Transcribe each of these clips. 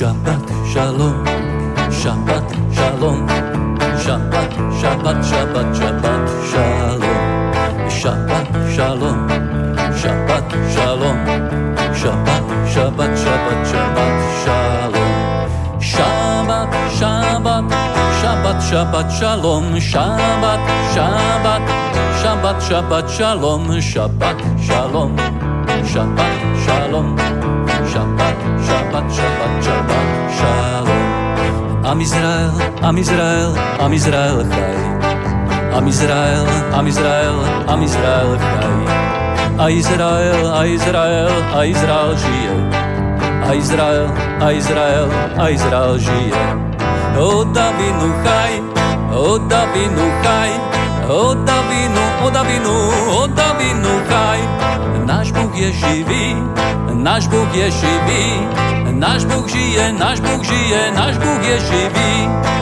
Shabbat shalom, Shabbat shalom, Shabbat, Shabbat, Shabbat, Shabbat shalom, Shabbat shalom, Shabbat shalom, Shabbat, Shabbat, Shabbat, Shabbat shalom, Shabbat, Shabbat, Shabbat, Shabbat shalom, Shabbat, Shabbat, Shabbat, Shabbat shalom, Shabbat shalom, Shabbat shalom, Shabbat, Shabbat, Shabbat, Shabbat shalom. Am Israel, Am Israel, Am Israel chaj. Am Israel, Am Israel, Am Israel chaj. A Izrael, a Izrael, a Izrael žije. A Izrael, a Izrael, a Izrael žije. O Davinu chaj, o Davinu chaj, o Davinu, o Davinu, o Davinu chaj. Náš Bůh je živý, náš Bůh je živý, náš Bůh žije, náš Bůh žije, náš Bůh je živý.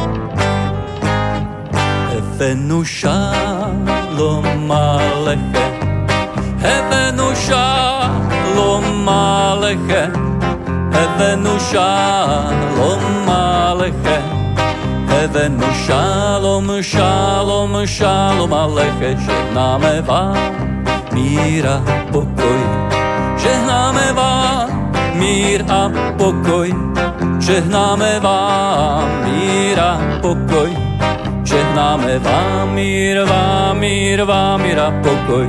Evenu shalom aleche, Evenu shalom aleche, Evenu shalom aleche, Evenu shalom, shalom, shalom aleche, žehnáme vám míra, pokoj, žehnáme vám mír a pokoj, žehnáme vám mír a pokoj, žehnáme vám mír, vám mír, vám mír a pokoj.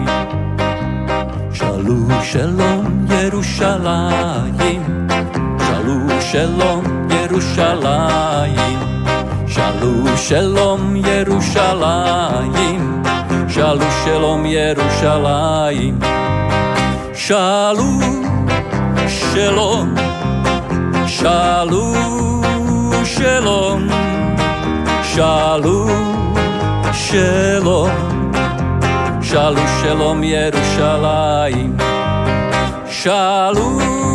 Šalú šelom Jerušalájim, šalú šelom Jerušalájim, šalú šelom Jerušalájim, šalú šelom Jerušalájim, šalú šelom, šalú šelom, šalú šelom, šalú šelom Jerušalájim, šalú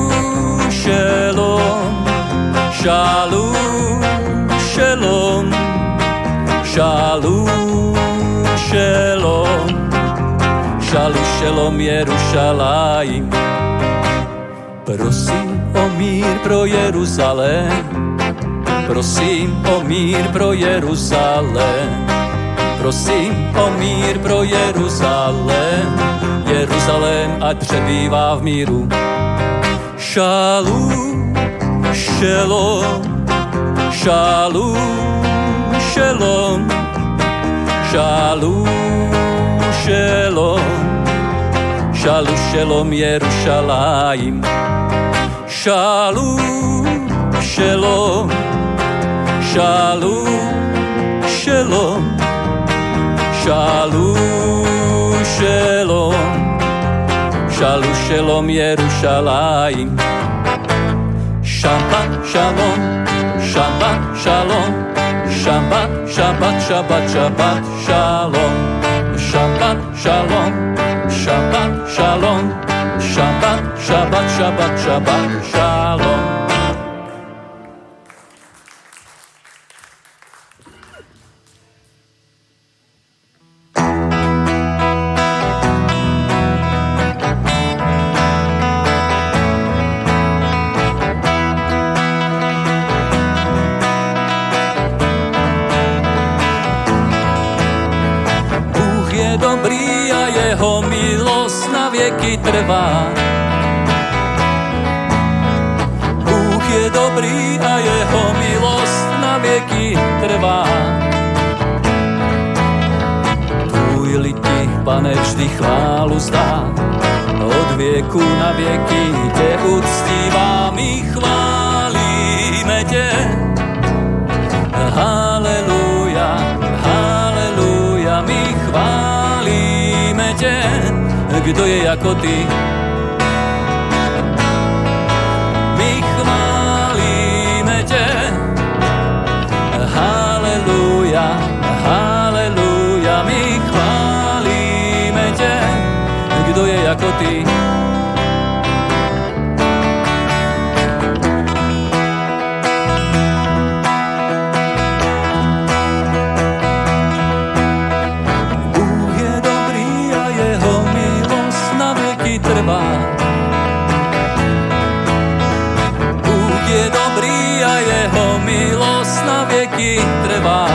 šelom, šalú šelom, šalú šelom, šalú šelom Jerušalájim. Prosím o mír pro Jeruzalém, prosím o mír pro Jeruzalém, prosím o mír pro Jeruzalém, Jeruzalém ať přebývá v míru. Šalú šelom, šalú šelom, šalú šelom, šalú šelom Jerušalájim, šalú šelom, šalú šelom, šalú šelom, šalú šelom Jerušalájim. Shabbat shalom, Shabbat shalom, Shabbat, Shabbat, Shabbat, Shabbat shalom, Shabbat shalom, Shabbat shalom, Shabbat, Shabbat, Shabbat, Shabbat shalom. Dobrý a jeho milost na věky trvá. Bůh je dobrý a jeho milost na věky trvá. Tvůj lid ti, Pane, vždy chválu zdá. Od věku na věky tě uctívá, my chválíme tě. Haleluja, haleluja, my chválíme tě. Kdo je jako ty? My chválíme tě. Haleluja, haleluja, my chválíme tě. Kdo je jako ty? Trvá. věky trvá.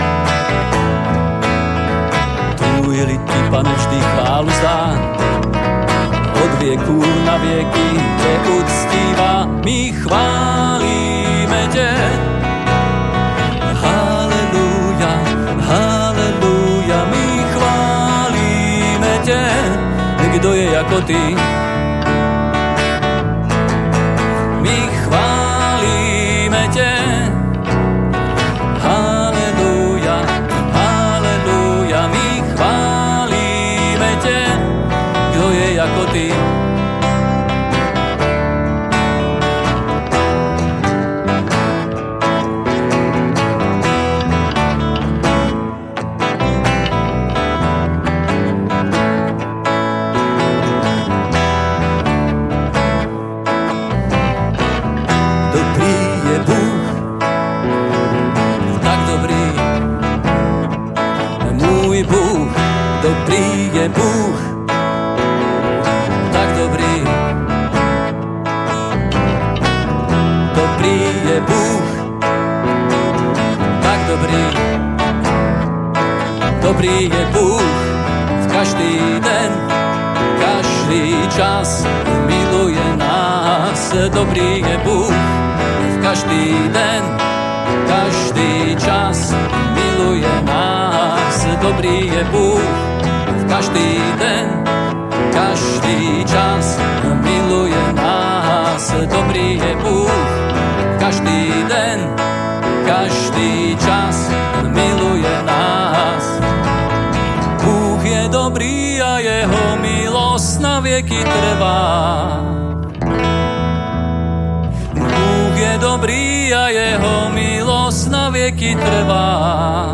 Tvůj lid ti, Pane, vždy chválu zdá, od věků na věky tě uctívá. My chválíme tě, haleluja, haleluja, my chválíme tě, kdo je jako ty. My chválíme tě, haleluja, haleluja, my chválíme tě, kdo je jako ty. Dobrý je Bůh, tak dobrý. Dobrý je Bůh, tak dobrý. Dobrý je Bůh, v každý den, každý čas miluje nás. Dobrý je Bůh, v každý den, každý čas miluje nás. Dobrý je Bůh, každý den, každý čas miluje nás. Dobrý je Bůh, každý den, každý čas miluje nás. Bůh je dobrý a jeho milost na věky trvá. Bůh je dobrý a jeho milost na věky trvá.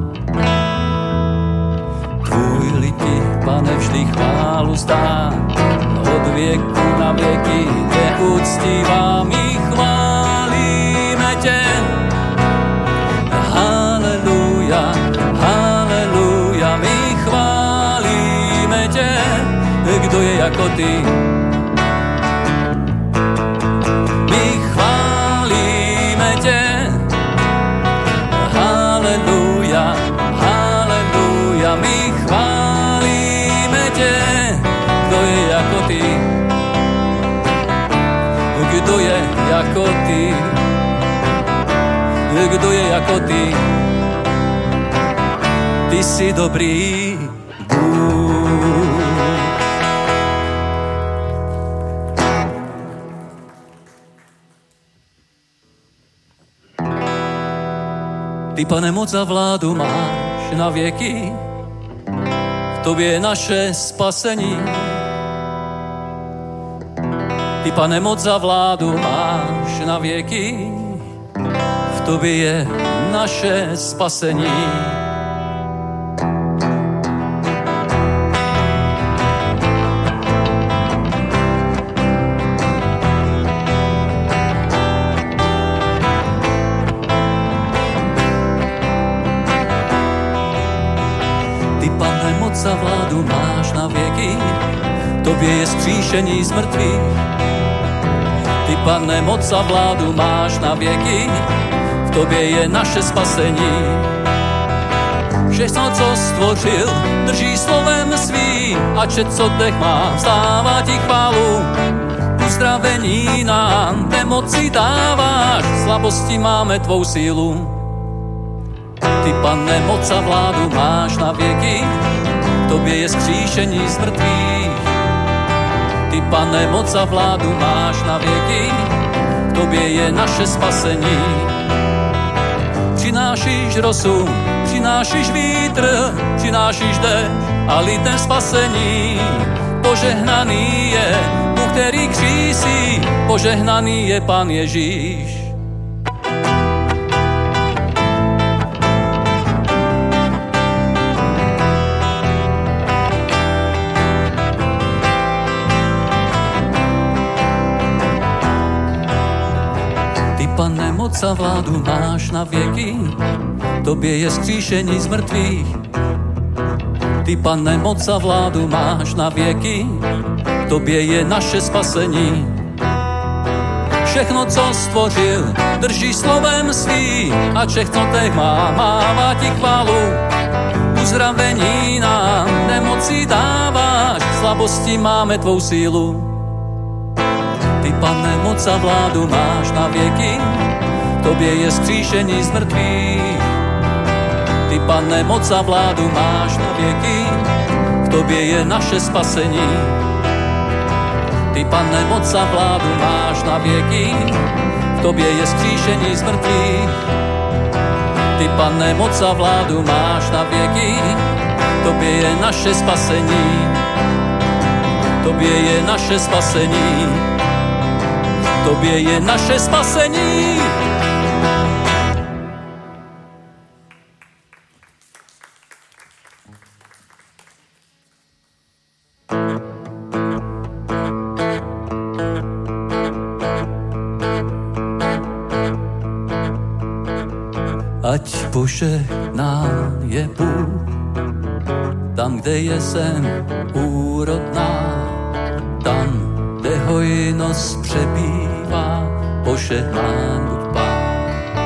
Pane, vždy chválu zdá, od věku na věky tě uctívá. My chválíme tě, haleluja, haleluja, my chválíme tě, kdo je jako ty. My chválíme tě, haleluja, haleluja, my chválíme tě, kdo je jako ty. Kdo je jako ty? Kdo je jako ty? Ty jsi dobrý Bůh. Ty, Pane, moc a vládu máš na věky, v tobě je naše spasení. Ty, Pane, moc a vládu máš na věky, v tobě je naše spasení. Ty, Pane, moc a vládu máš na věky, tobě je skříšení z mrtvých. Ty, Pane, moc a vládu máš na věky, v tobě je naše spasení. Všechno, co stvořil, drží slovem svým, a čet, co dech má, vzdává ti chválu. Uzdravení nám nemoci dáváš, slabosti máme tvou sílu. Ty, Pane, moc a vládu máš na věky, v tobě je skříšení z mrtvých. Ty, Pane, moc a vládu máš na věky, v tobě je naše spasení. Přinášíš rosu, přinášíš vítr, přinášíš dešť a lidem spasení. Požehnaný je Bůh, který křísí, požehnaný je Pán Ježíš. Pane, moc a vládu máš na věky, tobě je skříšení z mrtvých. Ty, Pane, moc a vládu máš na věky, tobě je naše spasení. všechno, co stvořil, drží slovem svým a všechno teď mává ti chválu. Uzdravení nám nemoci dáváš, slabosti máme tvou sílu. Ty, Pane, moc a vládu máš na věky, tobě je skříšení z mrtvých. Ty, Pane, moc a vládu máš na věky, v tobě je naše spasení. Ty, Pane, moc a vládu máš na věky, v tobě je skříšení z mrtvých. Ty, Pane, moc a vládu máš na věky, v tobě je naše spasení. Tobě je naše spasení. Tobě je naše spasení. Ať požehnán je Bůh, tam, kde je zem úrodná, tam, kde hojnost přebývá, požehnán buď Pán.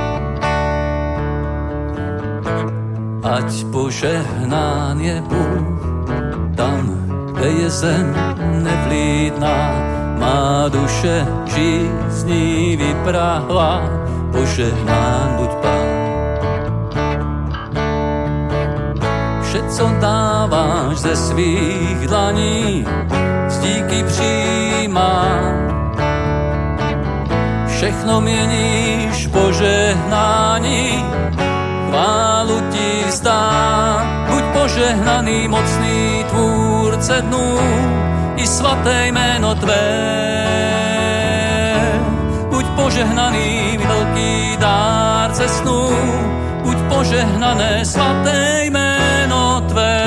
Ať požehnán je Bůh, tam, kde je zem nevlídná, má duše žízní vyprahla, požehnán buď Pán. Vše, co dáváš ze svých dlaní, z díky přijímá. Všechno měníš požehnání, chválu ti vzdám. Buď požehnaný, mocný tvůrce dnů, i svaté jméno tvé. Buď požehnaný, velký dárce snů, buď požehnané, svaté jméno tvé.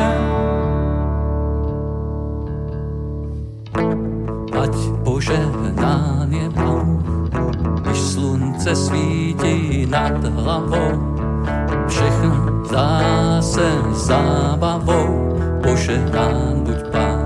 Ať požehnán je Bůh, když slunce svítí nad hlavou, všechno zdá se zábavou, požehnán buď Pán.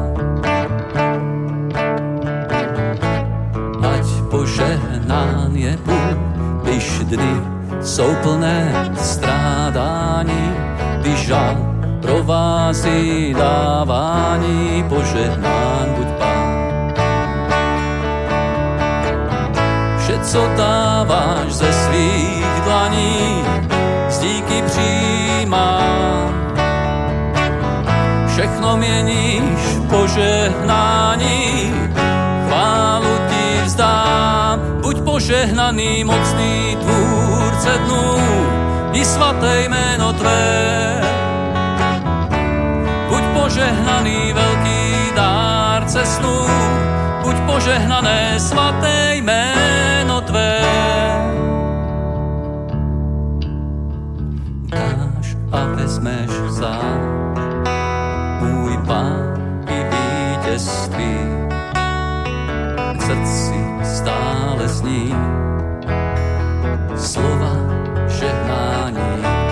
Ať požehnán je Bůh, když dny jsou plné strádání, když žal provází dávání, požehnán buď Pán. Vše, co dáváš ze svých dlaní, z díky přijímá. Všechno měníš požehnání, chválu ti vzdám. Buď požehnaný, mocný tvůrce dnů, i svaté jméno tvé. Buď požehnaný, velký dárce snů, buď požehnané, svaté jméno tvé. Dáš a vezmeš sám, můj Pán, i vítězství. V srdci stále zní slova žehnání.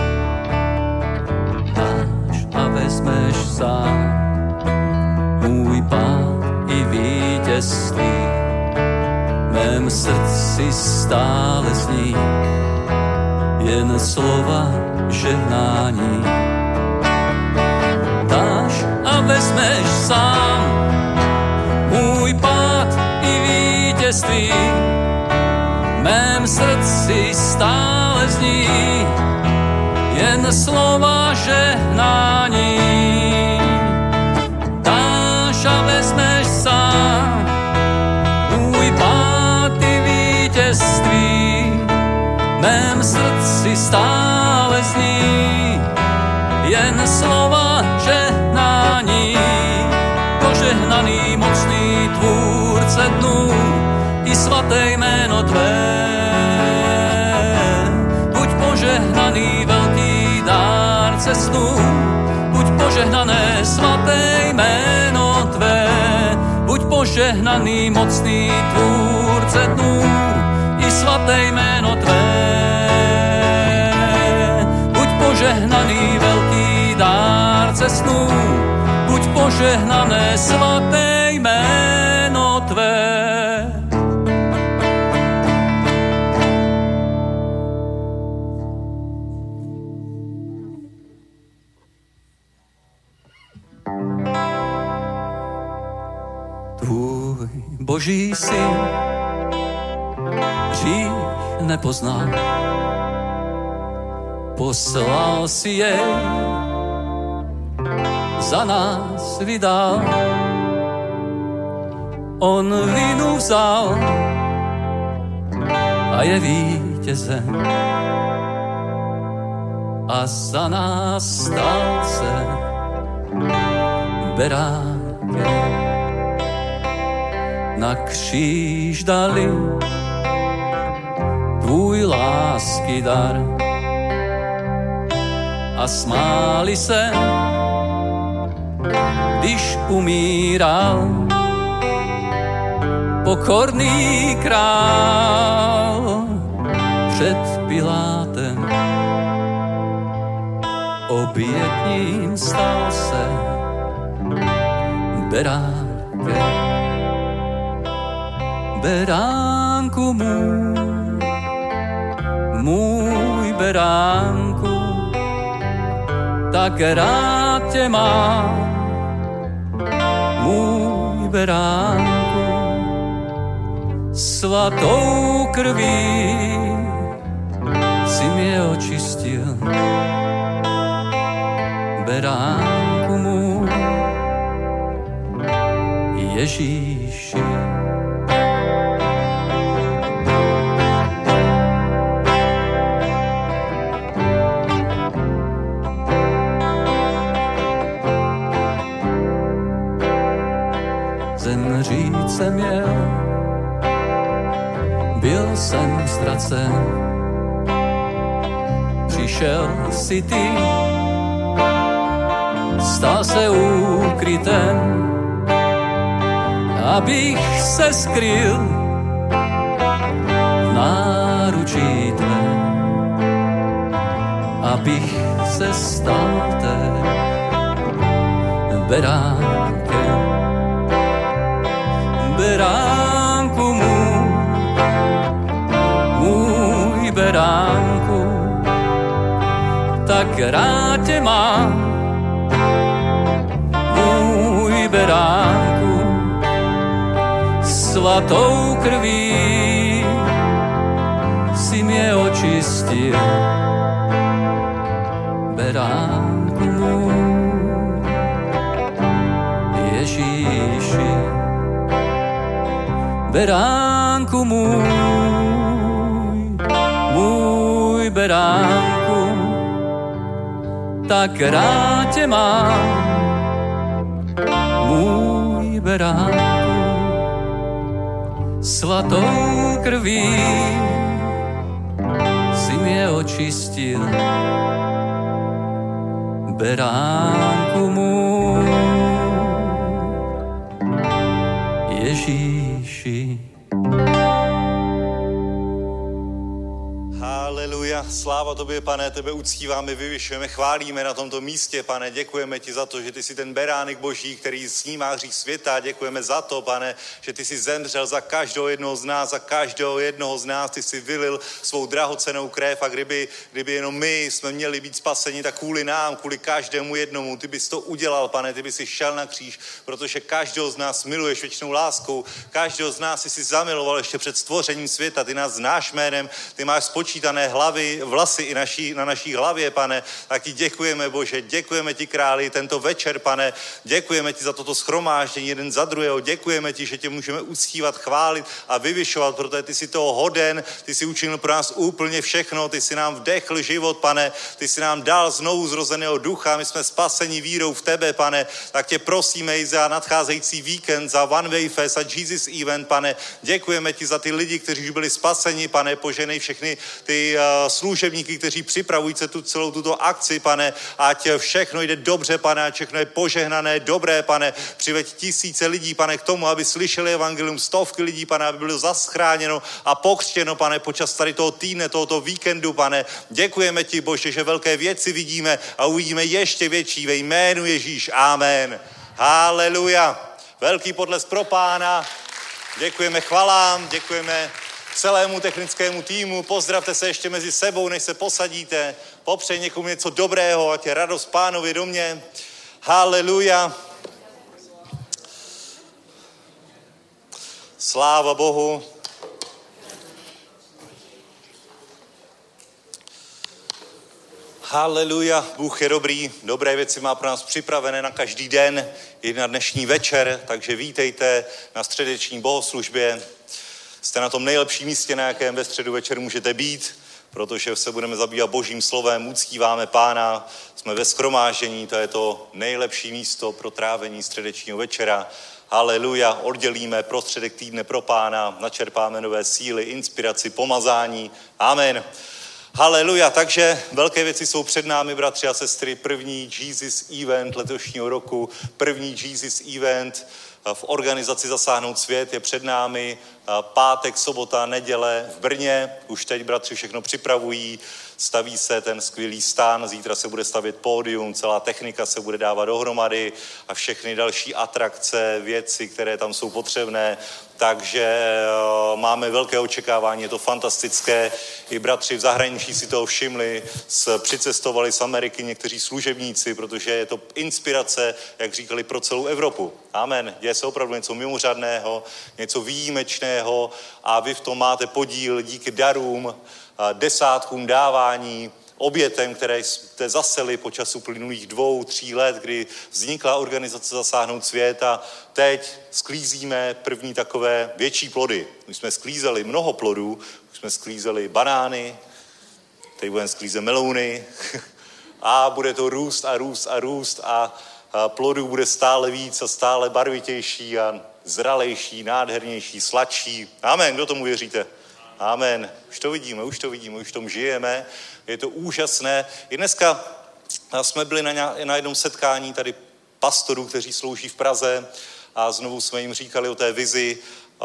Dáš a vezmeš sám, můj Pán, i vítězství. V mém srdci stále zní jen slova žehnání. Dáš a vezmeš sám, můj pád i vítězství. V mém srdci stále zní jen slova žehnání. Dáš a vezmeš sám, můj pád i vítězství. V mém srdci stále zní jen slova žehnání. Požehnaný, mocný tvůrce dnů, i svaté jméno tvé. Buď požehnaný, velký dárce snů, buď požehnané, svaté jméno tvé. Buď požehnaný, mocný tvůrce dnů, i svaté jméno tvé. Buď požehnaný, velký dárce snů, buď požehnané, svaté jméno tvé. Boží syn hřích nepoznal. Poslal si jej, za nás vydal. On vinu vzal a je vítězem. A za nás stal se beránkem. Na kříž dali tvůj lásky dar a smáli se, když umíral pokorný král před Pilátem. Obětním stal se beránkem. Beránku můj beránku, tak rád tě mám, můj beránku, svatou krví si mě očistil. Beránku můj, Ježíši. Zemřít jsem měl, byl jsem ztracen, přišel si ty, stal se úkrytem, abych se skryl v náručí tvé, abych se stal beránkem. Beránku můj beránku, tak rád tě mám, můj beránku, svatou krví si mě očistil. Beránku můj, Ježíši. Beránku můj beránku, tak rád tě mám, můj beránku, svatou krví si mě očistil. Beránku můj, Ježíši. Haleluja, sláva tobě, Pane, tebe uctíváme, vyvyšujeme, chválíme na tomto místě, Pane, děkujeme ti za to, že ty jsi ten beránek Boží, který snímá hřích světa, děkujeme za to, Pane, že ty jsi zemřel za každého jednoho z nás, za každého jednoho z nás, ty jsi vylil svou drahocennou krev a kdyby jenom my jsme měli být spaseni, tak kvůli nám, kvůli každému jednomu, ty bys to udělal, Pane, ty bys šel na kříž, protože každého z nás miluješ věčnou láskou, každého z nás jsi zamiloval ještě před stvořením světa, ty nás znáš jménem, ty máš spočítané vlasy i na naší hlavě, Pane, tak ti děkujeme, Bože, děkujeme ti, Králi, tento večer, Pane, děkujeme ti za toto shromáždění jeden za druhého, děkujeme ti, že tě můžeme uctívat, chválit a vyvyšovat, protože ty jsi toho hoden, ty jsi učinil pro nás úplně všechno, ty jsi nám vdechl život, Pane, ty jsi nám dal znovu zrozeného ducha, my jsme spaseni vírou v tebe, Pane, tak tě prosíme i za nadcházející víkend, za One Way Fest a Jesus Event, Pane, děkujeme ti za ty lidi, kteří byli spaseni, Pane, poženej všechny ty služebníky, kteří připravují se celou tuto akci, Pane, ať všechno jde dobře, Pane, ať všechno je požehnané, dobré, Pane, přiveď tisíce lidí, Pane, k tomu, aby slyšeli evangelium, stovky lidí, Pane, aby bylo zachráněno a pokřtěno, Pane, počas tady toho týdne, tohoto víkendu, Pane, děkujeme ti, Bože, že velké věci vidíme a uvidíme ještě větší ve jménu Ježíš, amen. Haleluja. Velký potlesk pro Pána. Děkujeme chvalám, děkujeme celému technickému týmu, pozdravte se ještě mezi sebou, než se posadíte, popřej někomu něco dobrého, ať je radost Pánovi do mě. Haleluja. Sláva Bohu. Haleluja, Bůh je dobrý, dobré věci má pro nás připravené na každý den, i na dnešní večer, takže vítejte na středeční bohoslužbě. Jste na tom nejlepším místě, na jakém ve středu večer můžete být, protože se budeme zabývat Božím slovem, uctíváme Pána, jsme ve shromáždění, to je to nejlepší místo pro trávení středečního večera. Haleluja, oddělíme prostředek týdne pro Pána, načerpáme nové síly, inspiraci, pomazání. Amen. Haleluja, takže velké věci jsou před námi, bratři a sestry. První Jesus Event letošního roku, první Jesus Event v organizaci Zasáhnout svět je před námi. Pátek, sobota, neděle v Brně. Už teď bratři všechno připravují, staví se ten skvělý stán, zítra se bude stavět pódium, celá technika se bude dávat dohromady a všechny další atrakce, věci, které tam jsou potřebné. Takže máme velké očekávání, je to fantastické. I bratři v zahraničí si toho všimli, přicestovali z Ameriky někteří služebníci, protože je to inspirace, jak říkali, pro celou Evropu. Amen. Děje se opravdu něco mimořádného, něco výjimečného a vy v tom máte podíl díky darům, desátkům dávání, obětem, které jste zaseli po času plynulých 2-3 let, kdy vznikla organizace Zasáhnout svět a teď sklízíme první takové větší plody. Už jsme sklízeli mnoho plodů, už jsme sklízeli banány, teď budeme sklízet melouny a bude to růst a růst a růst a plodů bude stále víc a stále barvitější a zralejší, nádhernější, sladší. Amen, kdo tomu věříte? Amen. Už to vidíme, už v tom žijeme. Je to úžasné. I dneska jsme byli na jednom setkání tady pastorů, kteří slouží v Praze a znovu jsme jim říkali o té vizi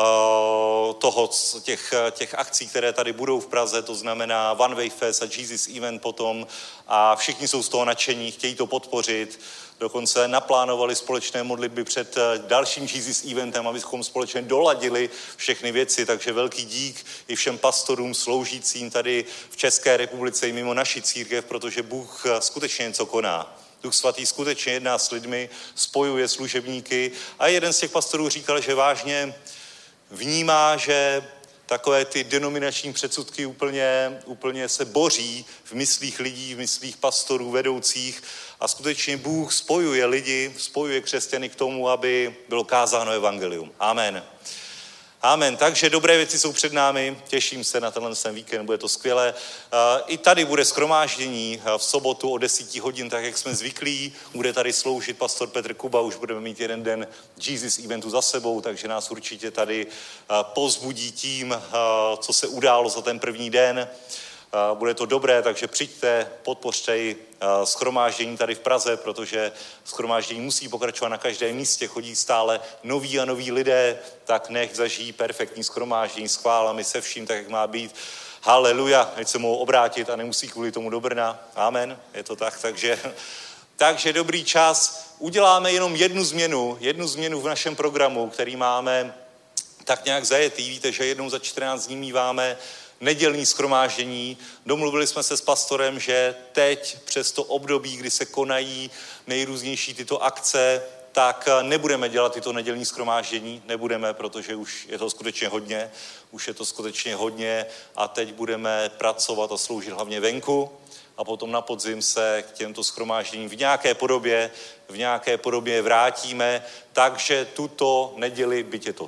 těch akcí, které tady budou v Praze, to znamená One Way Fest a Jesus Event potom a všichni jsou z toho nadšení, chtějí to podpořit. Dokonce naplánovali společné modlitby před dalším Jesus Eventem, abychom společně doladili všechny věci, takže velký dík i všem pastorům sloužícím tady v České republice i mimo naší církev, protože Bůh skutečně něco koná. Duch svatý skutečně jedná s lidmi, spojuje služebníky a jeden z těch pastorů říkal, že vážně vnímá, že takové ty denominační předsudky úplně se boří v myslích lidí, v myslích pastorů, vedoucích a skutečně Bůh spojuje lidi, spojuje křesťany k tomu, aby bylo kázáno evangelium. Amen. Amen. Takže dobré věci jsou před námi, těším se na tenhle víkend, bude to skvělé. I tady bude shromáždění v sobotu o 10 hodin, tak jak jsme zvyklí. Bude tady sloužit pastor Petr Kuba, už budeme mít jeden den Jesus Eventu za sebou, takže nás určitě tady povzbudí tím, co se událo za ten první den. Bude to dobré, takže přijďte, podpořte i shromáždění tady v Praze, protože shromáždění musí pokračovat na každém místě, chodí stále noví a noví lidé, tak nech zažijí perfektní shromáždění s chválami, se vším, tak jak má být. Haleluja, ať se mohou obrátit a nemusí kvůli tomu do Brna. Amen, je to tak, takže dobrý čas. Uděláme jenom jednu změnu v našem programu, který máme tak nějak zajetý. Víte, že jednou za 14 dní míváme nedělní shromáždění. Domluvili jsme se s pastorem, že teď přes to období, kdy se konají nejrůznější tyto akce, tak nebudeme dělat tyto nedělní shromáždění, nebudeme, protože už je to skutečně hodně a teď budeme pracovat a sloužit hlavně venku a potom na podzim se k těmto shromážděním v nějaké podobě vrátíme, takže tuto neděli, byť je to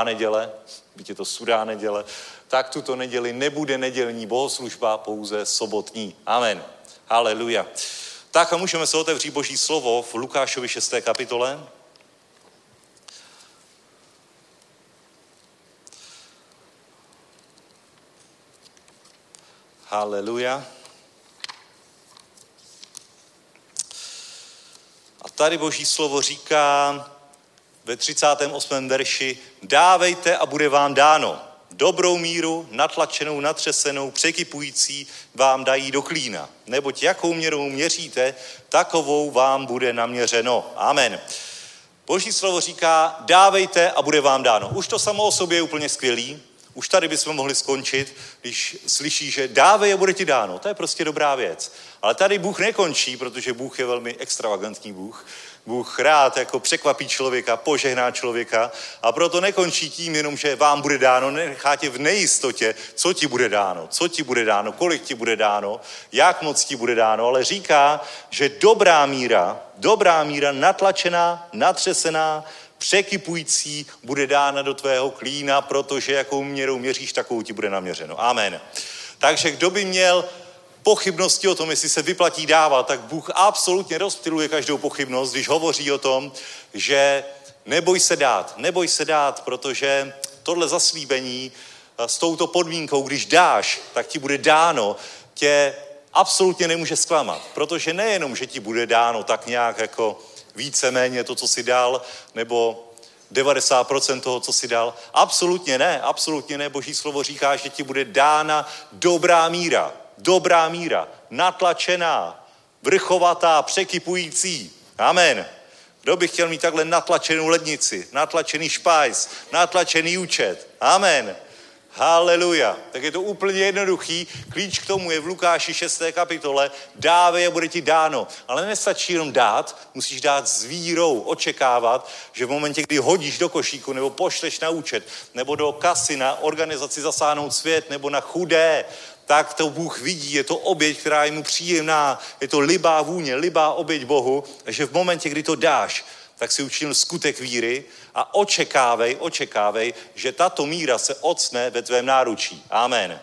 sudá neděle, tak tuto neděli nebude nedělní bohoslužba, pouze sobotní. Amen. Haleluja. Tak a můžeme se otevřít Boží slovo v Lukášovi 6. kapitole. Haleluja. A tady Boží slovo říká ve 38. verši: dávejte a bude vám dáno. Dobrou míru, natlačenou, natřesenou, překypující vám dají do klína. Neboť jakou měrou měříte, takovou vám bude naměřeno. Amen. Boží slovo říká, dávejte a bude vám dáno. Už to samo o sobě je úplně skvělý. Už tady bychom mohli skončit, když slyší, že dávej a bude ti dáno. To je prostě dobrá věc. Ale tady Bůh nekončí, protože Bůh je velmi extravagantní Bůh. Bůh rád jako překvapí člověka, požehná člověka a proto nekončí tím jenom, že vám bude dáno, nechá tě v nejistotě, co ti bude dáno, kolik ti bude dáno, jak moc ti bude dáno, ale říká, že dobrá míra, natlačená, natřesená, překypující bude dána do tvého klína, protože jakou měrou měříš, takovou ti bude naměřeno. Amen. Takže kdo by měl pochybnosti o tom, jestli se vyplatí dávat, tak Bůh absolutně rozptyluje každou pochybnost, když hovoří o tom, že neboj se dát, protože tohle zaslíbení s touto podmínkou, když dáš, tak ti bude dáno, tě absolutně nemůže zklamat, protože nejenom, že ti bude dáno tak nějak jako víceméně to, co jsi dal, nebo 90% toho, co jsi dal. Absolutně ne. Boží slovo říká, že ti bude dána dobrá míra, natlačená, vrchovatá, překypující. Amen. Kdo by chtěl mít takhle natlačenou lednici, natlačený špajs, natlačený účet? Amen. Haleluja. Tak je to úplně jednoduchý. Klíč k tomu je v Lukáši 6. kapitole. Dávej a bude ti dáno. Ale nestačí jenom dát, musíš dát s vírou, očekávat, že v momentě, kdy hodíš do košíku, nebo pošleš na účet, nebo do kasy na organizaci Zasáhnout svět, nebo na chudé, tak to Bůh vidí, je to oběť, která je mu příjemná, je to libá vůně, libá oběť Bohu, že v momentě, kdy to dáš, tak si učinil skutek víry a očekávej, že tato míra se ocne ve tvém náručí. Amen.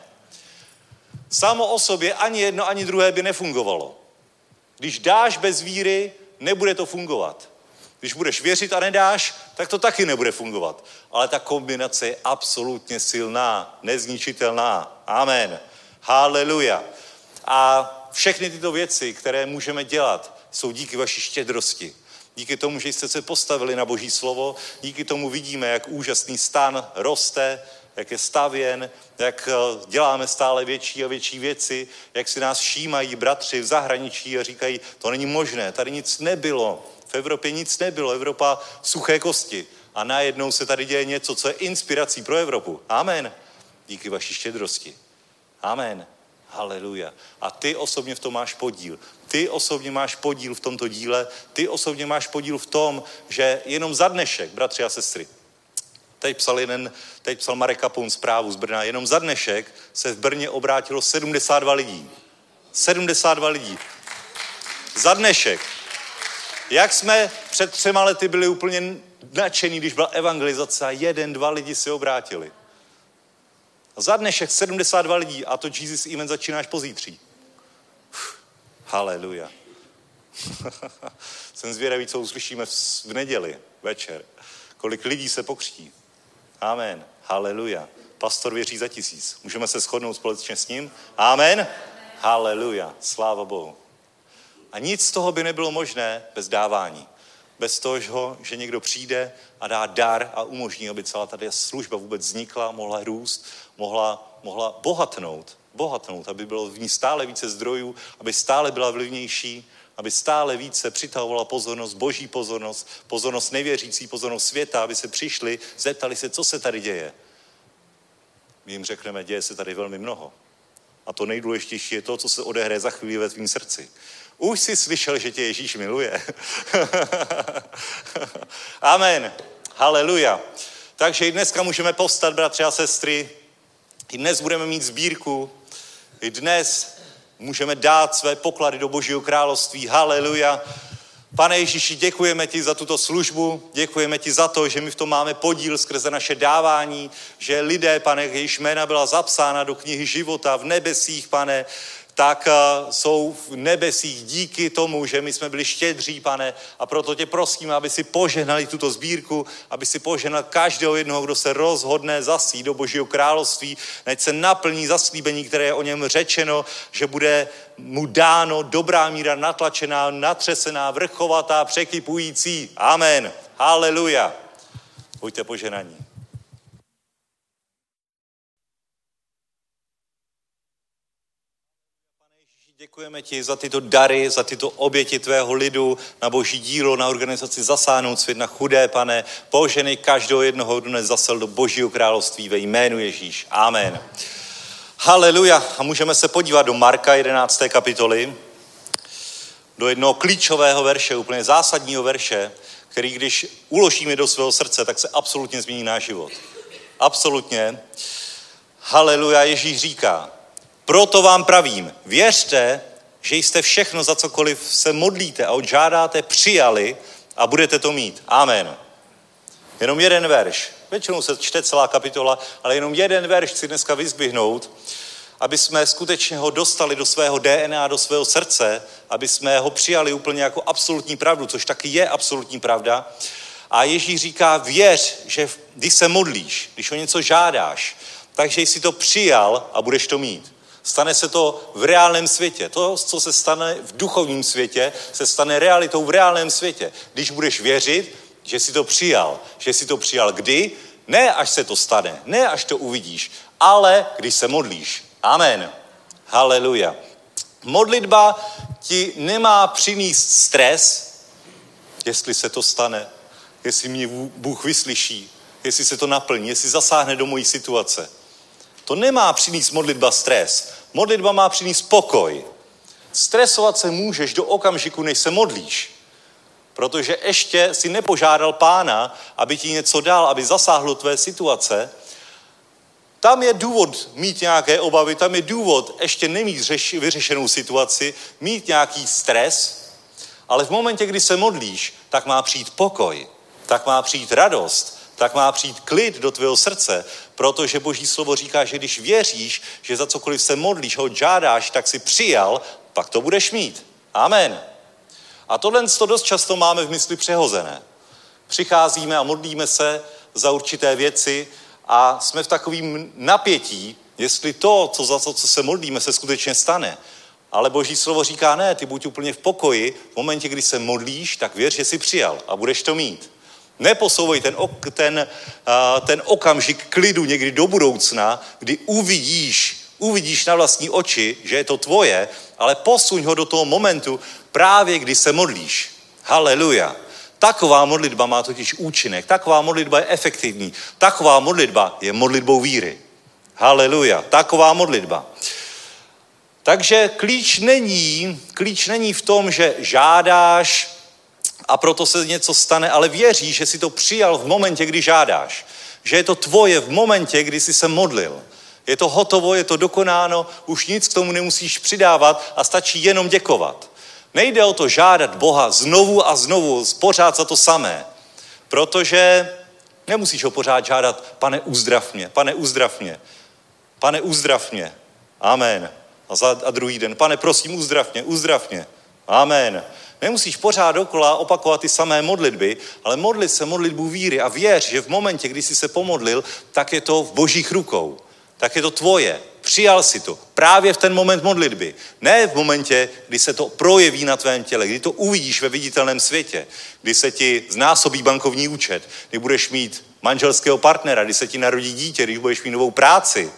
Samo o sobě ani jedno, ani druhé by nefungovalo. Když dáš bez víry, nebude to fungovat. Když budeš věřit a nedáš, tak to taky nebude fungovat. Ale ta kombinace je absolutně silná, nezničitelná. Amen. Haleluja. A všechny tyto věci, které můžeme dělat, jsou díky vaší štědrosti. Díky tomu, že jste se postavili na Boží slovo, díky tomu vidíme, jak úžasný stan roste, jak je stavěn, jak děláme stále větší a větší věci, jak si nás všímají bratři v zahraničí a říkají, to není možné, tady nic nebylo, v Evropě nic nebylo, Evropa suché kosti. A najednou se tady děje něco, co je inspirací pro Evropu. Amen. Díky vaší štědrosti. Amen. Haleluja. A ty osobně v tom máš podíl. Ty osobně máš podíl v tomto díle. Ty osobně máš podíl v tom, že jenom za dnešek, bratři a sestry, teď psal Marek Kapoun zprávu z Brna, jenom za dnešek se v Brně obrátilo 72 lidí. 72 lidí. Za dnešek. Jak jsme před 3 lety byli úplně nadšení, když byla evangelizace a 1-2 lidi se obrátili. Za dnešek 72 lidí a to Jesus Event začíná až pozítří. Haleluja. Jsem zvědavý, co uslyšíme v neděli večer. Kolik lidí se pokřtí. Amen. Haleluja. Pastor věří za 1000. Můžeme se shodnout společně s ním? Amen. Haleluja. Sláva Bohu. A nic z toho by nebylo možné bez dávání. Bez toho, že někdo přijde a dá dar a umožní, aby celá tady služba vůbec vznikla, mohla růst, mohla bohatnout, aby bylo v ní stále více zdrojů, aby stále byla vlivnější, aby stále více přitahovala pozornost, boží pozornost nevěřící, pozornost světa, aby se přišli, zeptali se, co se tady děje. My jim řekneme, děje se tady velmi mnoho. A to nejdůležitější je to, co se odehraje za chvíli ve tvým srdci. Už jsi slyšel, že tě Ježíš miluje. Amen. Haleluja. Takže i dneska můžeme povstat, bratři a sestry. I dnes budeme mít sbírku. I dnes můžeme dát své poklady do Božího království. Haleluja. Pane Ježíši, děkujeme ti za tuto službu. Děkujeme ti za to, že my v tom máme podíl skrze naše dávání, že lidé, pane, jejichž jména byla zapsána do knihy života v nebesích, pane, tak jsou v nebesích díky tomu, že my jsme byli štědří, pane, a proto tě prosím, aby si požehnali tuto sbírku, aby si požehnal každého jednoho, kdo se rozhodne zasít do Božího království, ať se naplní zaslíbení, které je o něm řečeno, že bude mu dáno dobrá míra, natlačená, natřesená, vrchovatá, překypující. Amen. Haleluja. Buďte požehnaní. Děkujeme ti za tyto dary, za tyto oběti tvého lidu na boží dílo, na organizaci Zasáhnout svět, na chudé, pane. Poženej každého jednoho, kdo nezasel do Božího království ve jménu Ježíš. Amen. Haleluja. A můžeme se podívat do Marka 11. kapitoly. do jednoho klíčového verše, úplně zásadního verše, který když uložíme do svého srdce, tak se absolutně změní náš život. Absolutně. Haleluja, Ježíš říká, proto vám pravím, věřte, že jste všechno, za cokoliv se modlíte a odžádáte, přijali a budete to mít. Amen. Jenom jeden verš. Většinou se čte celá kapitola, ale jenom jeden verš chci dneska vyzdvihnout, aby jsme skutečně ho dostali do svého DNA, do svého srdce, aby jsme ho přijali úplně jako absolutní pravdu, což taky je absolutní pravda. A Ježíš říká, věř, že když se modlíš, když o něco žádáš, takže jsi to přijal a budeš to mít. Stane se to v reálném světě. To, co se stane v duchovním světě, se stane realitou v reálném světě. Když budeš věřit, že jsi to přijal. Že jsi to přijal kdy? Ne, až se to stane. Ne, až to uvidíš. Ale když se modlíš. Amen. Haleluja. Modlitba ti nemá přinést stres, jestli se to stane. Jestli mě Bůh vyslyší. Jestli se to naplní. Jestli zasáhne do mojí situace. To nemá přinést modlitba stres. Modlitba má přinést pokoj. Stresovat se můžeš do okamžiku, než se modlíš. Protože ještě si nepožádal Pána, aby ti něco dal, aby zasáhlo tvé situace. Tam je důvod mít nějaké obavy, tam je důvod ještě nemít vyřešenou situaci, mít nějaký stres, ale v momentě, kdy se modlíš, tak má přijít pokoj, tak má přijít radost, tak má přijít klid do tvého srdce, protože Boží slovo říká, že když věříš, že za cokoliv se modlíš, ho žádáš, tak si přijal, pak to budeš mít. Amen. A tohle dost často máme v mysli přehozené. Přicházíme a modlíme se za určité věci a jsme v takovém napětí, jestli to, za co se modlíme, se skutečně stane. Ale Boží slovo říká, ne, ty buď úplně v pokoji, v momentě, kdy se modlíš, tak věř, že jsi přijal a budeš to mít. Neposouvej ten okamžik klidu někdy do budoucna, kdy uvidíš na vlastní oči, že je to tvoje, ale posuň ho do toho momentu právě, kdy se modlíš. Haleluja. Taková modlitba má totiž účinek, taková modlitba je efektivní, taková modlitba je modlitbou víry. Haleluja. Taková modlitba. Takže klíč není v tom, že žádáš a proto se něco stane, ale věříš, že jsi to přijal v momentě, kdy žádáš. Že je to tvoje v momentě, kdy jsi se modlil. Je to hotovo, je to dokonáno, už nic k tomu nemusíš přidávat a stačí jenom děkovat. Nejde o to žádat Boha znovu a znovu, pořád za to samé. Protože nemusíš ho pořád žádat, pane uzdrav mě, pane uzdrav mě, pane uzdrav mě. Amen. A druhý den, pane prosím uzdrav mě. Amen. Nemusíš pořád dokola opakovat ty samé modlitby, ale modlit se modlitbu víry a věř, že v momentě, kdy jsi se pomodlil, tak je to v Božích rukou. Tak je to tvoje. Přijal si to. Právě v ten moment modlitby. Ne v momentě, kdy se to projeví na tvém těle, kdy to uvidíš ve viditelném světě, kdy se ti znásobí bankovní účet, kdy budeš mít manželského partnera, kdy se ti narodí dítě, když budeš mít novou práci.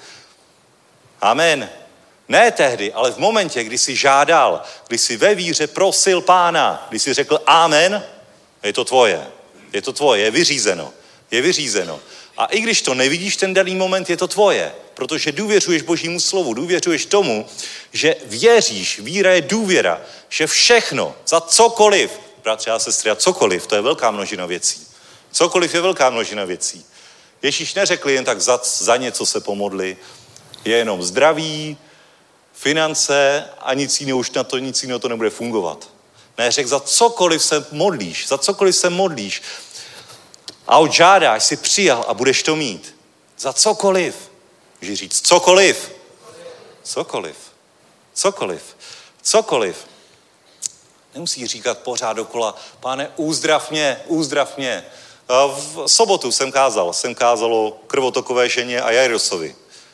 Amen. Ne tehdy, ale v momentě, kdy jsi žádal, kdy jsi ve víře prosil Pána, kdy jsi řekl amen, je to tvoje. Je to tvoje, je vyřízeno. Je vyřízeno. A i když to nevidíš ten daný moment, je to tvoje. Protože důvěřuješ Božímu slovu, důvěřuješ tomu, že věříš, víra je důvěra, že všechno, za cokoliv, bratři a sestry, a cokoliv, to je velká množina věcí. Cokoliv je velká množina věcí. Ježíš neřekl jen tak za něco se pomodli, je jenom zdraví, finance a nic jiného to nebude fungovat. Ne, řekl, za cokoliv se modlíš a odžádáš, si přijal a budeš to mít. Za cokoliv. Můžeš říct cokoliv. Nemusíš říkat pořád dokola, pane, uzdrav mě. V sobotu jsem kázal o krvotokové ženě a Jairosovi.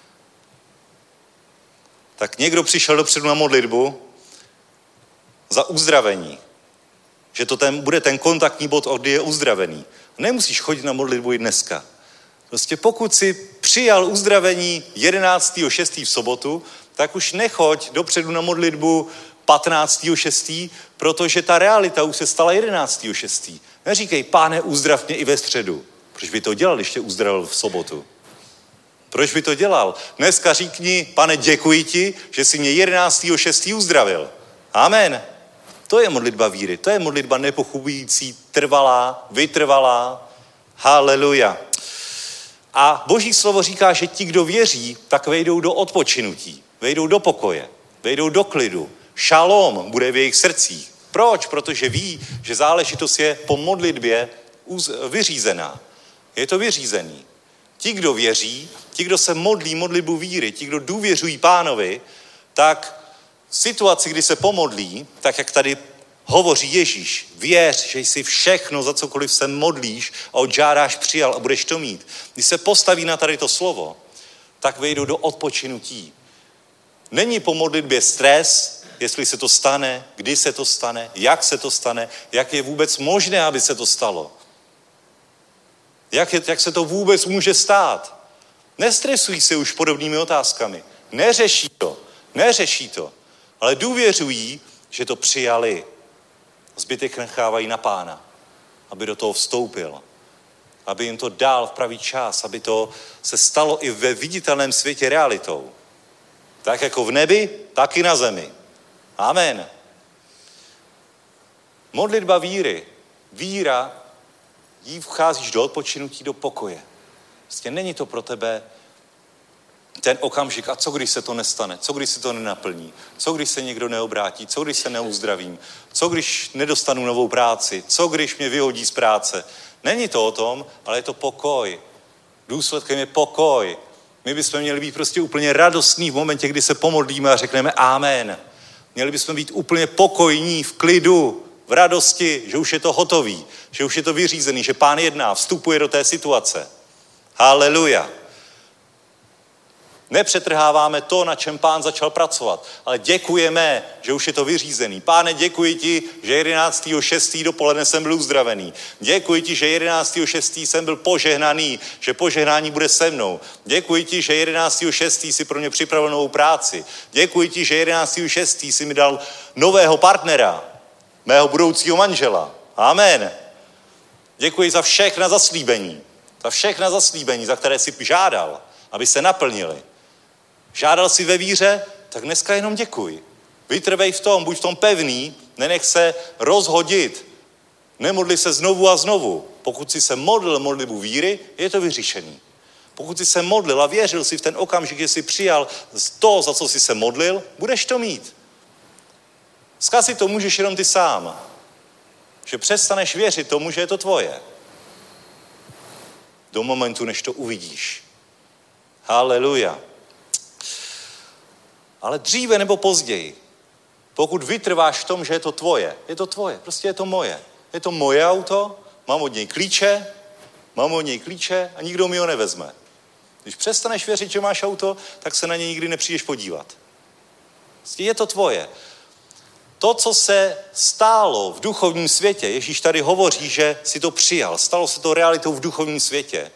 Tak někdo přišel dopředu na modlitbu za uzdravení. Že to bude ten kontaktní bod, kdy je uzdravený. Nemusíš chodit na modlitbu i dneska. Prostě pokud si přijal uzdravení 11.6. v sobotu, tak už nechoď dopředu na modlitbu 15.6., protože ta realita už se stala 11.6. Neříkej, Páne, uzdrav mě i ve středu. Proč by to dělal, když tě uzdravil v sobotu? Proč by to dělal? Dneska říkni, Pane, děkuji ti, že jsi mě 11.6. uzdravil. Amen. To je modlitba víry, to je modlitba nepochybující, trvalá, vytrvalá. Haleluja. A Boží slovo říká, že ti, kdo věří, tak vejdou do odpočinutí, vejdou do pokoje, vejdou do klidu. Šalom bude v jejich srdcích. Proč? Protože ví, že záležitost je po modlitbě vyřízená. Je to vyřízený. Ti, kdo věří, ti, kdo se modlí modlitbu víry, ti, kdo důvěřují Pánovi, tak v situaci, kdy se pomodlí, tak jak tady hovoří Ježíš, věř, že jsi všechno, za cokoliv se modlíš a odžádáš přijal a budeš to mít. Když se postaví na tady to slovo, tak vejdou do odpočinutí. Není po modlitbě stres, jestli se to stane, kdy se to stane, jak je vůbec možné, aby se to stalo. Jak se to vůbec může stát. Nestresují se už podobnými otázkami. Neřeší to. Ale důvěřují, že to přijali. Zbytek nechávají na Pána, aby do toho vstoupil. Aby jim to dal v pravý čas, aby to se stalo i ve viditelném světě realitou. Tak jako v nebi, tak i na zemi. Amen. Modlitba víry. Víra, jí vcházíš do odpočinutí, do pokoje. Prostě není to pro tebe ten okamžik, a co když se to nestane, co když se to nenaplní, co když se někdo neobrátí, co když se neuzdravím, co když nedostanu novou práci, co když mě vyhodí z práce. Není to o tom, ale je to pokoj. Důsledkem je pokoj. My bychom měli být prostě úplně radostní v momentě, kdy se pomodlíme a řekneme amen. Měli bychom být úplně pokojní, v klidu, v radosti, že už je to hotový, že už je to vyřízený, že Pán jedná, vstupuje do té situace. Haleluja. Nepřetrháváme to, na čem Pán začal pracovat, ale děkujeme, že už je to vyřízený. Páne, děkuji ti, že 11.6. dopoledne jsem byl uzdravený. Děkuji ti, že 11.6. jsem byl požehnaný, že požehnání bude se mnou. Děkuji ti, že 11.6. si pro mě připravil novou práci. Děkuji ti, že 11.6. si mi dal nového partnera, mého budoucího manžela. Amen. Děkuji za všechna zaslíbení, za které si žádal, aby se naplnili. Žádal si ve víře, tak dneska jenom děkuj. Vytrvej v tom, buď v tom pevný, nenech se rozhodit. Nemodli se znovu a znovu. Pokud jsi se modlil modlitbu víry, je to vyřešený. Pokud jsi se modlil a věřil si v ten okamžik, že jsi přijal to, za co jsi se modlil, budeš to mít. Zkazit to můžeš jenom ty sám. Že přestaneš věřit tomu, že je to tvoje. Do momentu, než to uvidíš. Haleluja. Ale dříve nebo později, pokud vytrváš v tom, že je to tvoje, prostě je to moje. Je to moje auto, mám od něj klíče a nikdo mi ho nevezme. Když přestaneš věřit, že máš auto, tak se na něj nikdy nepřijdeš podívat. Prostě je to tvoje. To, co se stálo v duchovním světě, Ježíš tady hovoří, že si to přijal, stalo se to realitou v duchovním světě.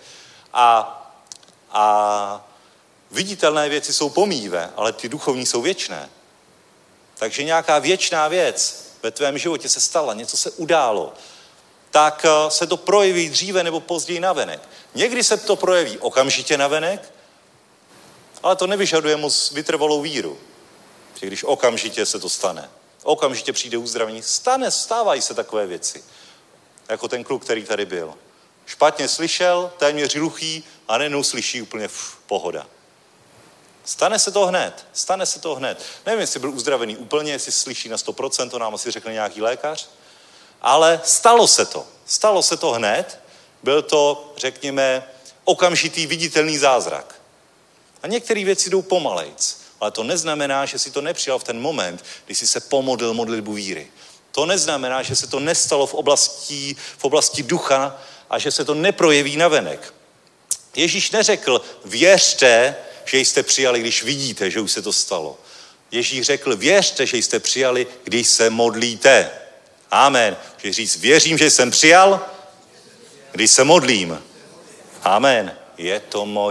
A viditelné věci jsou pomíjivé, ale ty duchovní jsou věčné. Takže nějaká věčná věc ve tvém životě se stala, něco se událo, tak se to projeví dříve nebo později navenek. Někdy se to projeví okamžitě navenek, ale to nevyžaduje moc vytrvalou víru. Že když okamžitě se to stane, okamžitě přijde uzdravení, stávají se takové věci. Jako ten kluk, který tady byl. Špatně slyšel, téměř hluchý a najednou slyší úplně pohoda. Stane se to hned. Nevím, jestli byl uzdravený úplně, jestli slyší na 100%, to nám asi řekne nějaký lékař, ale stalo se to hned, byl to, řekněme, okamžitý viditelný zázrak. A některé věci jdou pomalejc, ale to neznamená, že si to nepřijal v ten moment, kdy jsi se pomodlil modlitbu víry. To neznamená, že se to nestalo v oblasti ducha a že se to neprojeví navenek. Ježíš neřekl, věřte, že jste přijali, když vidíte, že už se to stalo. Ježíš řekl, věřte, že jste přijali, když se modlíte. Amen. Že říct, věřím, že jsem přijal, když se modlím. Amen. Je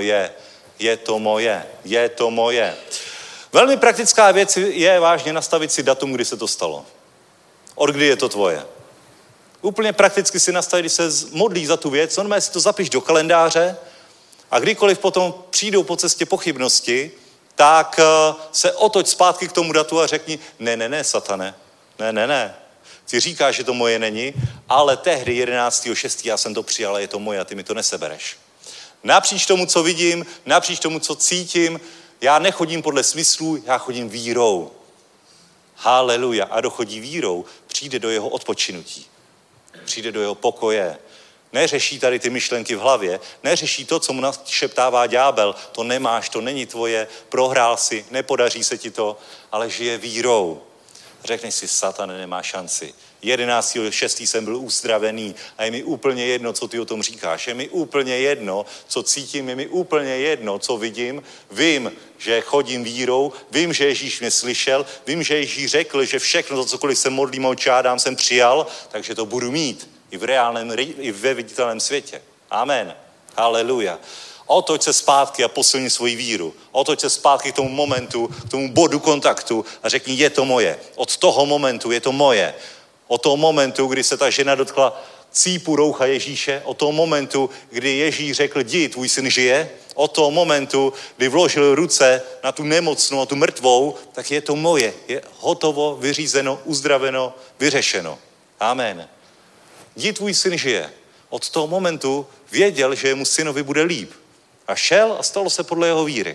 to moje. Velmi praktická věc je vážně nastavit si datum, kdy se to stalo. Od kdy je to tvoje. Úplně prakticky si nastavit, když se modlí za tu věc, normálně si to zapiš do kalendáře a kdykoliv potom přijdou po cestě pochybnosti, tak se otoč zpátky k tomu datu a řekni, ne, satane, ne, Ty říkáš, že to moje není, ale tehdy 11.6. já jsem to přijal a je to moje a ty mi to nesebereš. Napříč tomu, co vidím, napříč tomu, co cítím, já nechodím podle smyslů, já chodím vírou. Haleluja. A kdo chodí vírou, přijde do jeho odpočinutí. Přijde do jeho pokoje. Neřeší tady ty myšlenky v hlavě, neřeší to, co mu našeptává ďábel. To nemáš, to není tvoje, prohrál si, nepodaří se ti to, ale žije vírou. Řekneš si, satane, nemá šanci. 11.6. jsem byl uzdravený a je mi úplně jedno, co ty o tom říkáš. Je mi úplně jedno, co cítím, je mi úplně jedno, co vidím. Vím, že chodím vírou, vím, že Ježíš mě slyšel, vím, že Ježíš řekl, že všechno to, cokoliv se modlím a očádám, jsem přijal, takže to budu mít i v reálném, i ve viditelném světě. Amen. Haleluja. Otoč se zpátky a posilni svoji víru. Otoč se zpátky k tomu momentu, k tomu bodu kontaktu a řekni, je to moje. Od toho momentu je to moje. Od toho momentu, kdy se ta žena dotkla cípu roucha Ježíše, od toho momentu, kdy Ježíš řekl, jdi, tvůj syn žije, od toho momentu, kdy vložil ruce na tu nemocnou a tu mrtvou, tak je to moje. Je hotovo, vyřízeno, uzdraveno, vyřešeno. Amen. Jdi, tvůj syn žije. Od toho momentu věděl, že jemu synovi bude líp. A šel a stalo se podle jeho víry.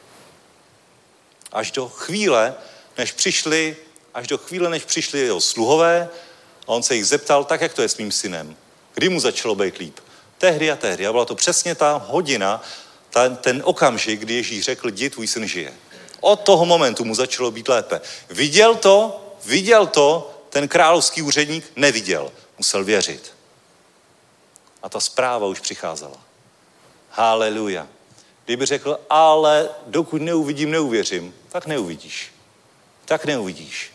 Až do chvíle, než přišli jeho sluhové a on se jich zeptal, tak jak to je s mým synem. Kdy mu začalo být líp? Tehdy a tehdy. A byla to přesně ta hodina, ten okamžik, kdy Ježíš řekl, jdi, tvůj syn žije. Od toho momentu mu začalo být lépe. Viděl to, ten královský úředník neviděl. Musel věřit. A ta zpráva už přicházela. Haleluja. Kdyby řekl, ale dokud neuvidím, neuvěřím, tak neuvidíš. Tak neuvidíš.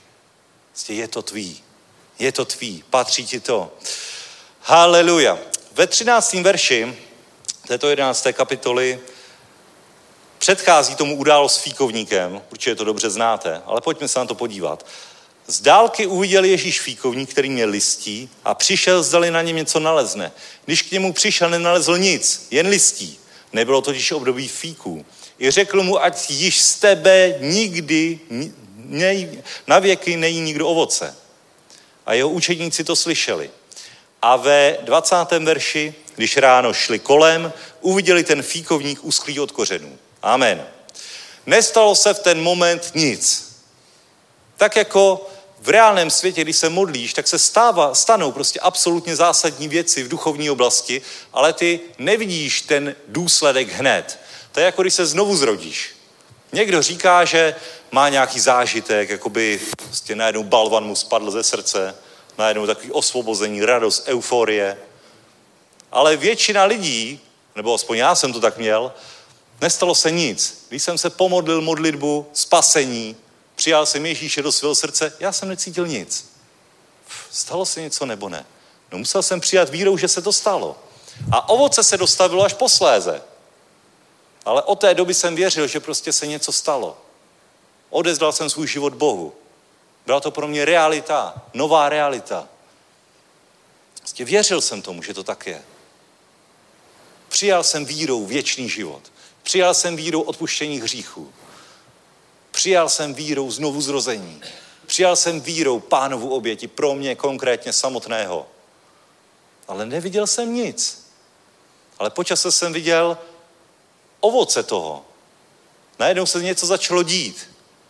Je to tvý, patří ti to. Haleluja. Ve 13. verši této 11. kapitoly předchází tomu událost s fíkovníkem, určitě to dobře znáte, ale pojďme se na to podívat. Z dálky uviděl Ježíš fíkovník, který měl listí a přišel, zdali na něm něco nalezne. Když k němu přišel, nenalezl nic, jen listí. Nebylo totiž období fíků. I řekl mu, ať již z tebe nikdy na věky nejí nikdo ovoce. A jeho učedníci to slyšeli. A ve 20. verši, když ráno šli kolem, uviděli ten fíkovník uschlý od kořenů. Amen. Nestalo se v ten moment nic. Tak jako v reálném světě, když se modlíš, tak se stanou prostě absolutně zásadní věci v duchovní oblasti, ale ty nevidíš ten důsledek hned. To je jako když se znovu zrodíš. Někdo říká, že má nějaký zážitek, jakoby prostě najednou balvan mu spadl ze srdce, najednou takový osvobození, radost, euforie. Ale většina lidí, nebo aspoň já jsem to tak měl, nestalo se nic. Když jsem se pomodlil modlitbu spasení, přijal jsem Ježíše do svého srdce, já jsem necítil nic. Stalo se něco nebo ne? No musel jsem přijat vírou, že se to stalo. A ovoce se dostavilo až posléze. Ale od té doby jsem věřil, že prostě se něco stalo. Odezdal jsem svůj život Bohu. Byla to pro mě realita, nová realita. Prostě věřil jsem tomu, že to tak je. Přijal jsem vírou věčný život. Přijal jsem vírou odpuštění hříchů. Přijal jsem vírou znovu zrození. Přijal jsem vírou Pánovu oběti pro mě konkrétně samotného. Ale neviděl jsem nic. Ale po čase jsem viděl ovoce toho. Najednou se něco začalo dít.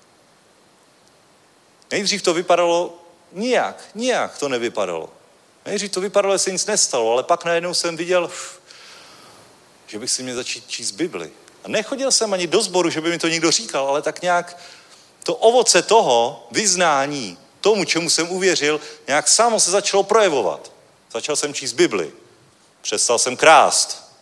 Nejdřív to vypadalo nijak to nevypadalo. Nejdřív to vypadalo, že se nic nestalo, ale pak najednou jsem viděl, že bych si měl začít číst Bibli. A nechodil jsem ani do sboru, že by mi to někdo říkal, ale tak nějak to ovoce toho vyznání, tomu, čemu jsem uvěřil, nějak samo se začalo projevovat. Začal jsem číst Bibli. Přestal jsem krást.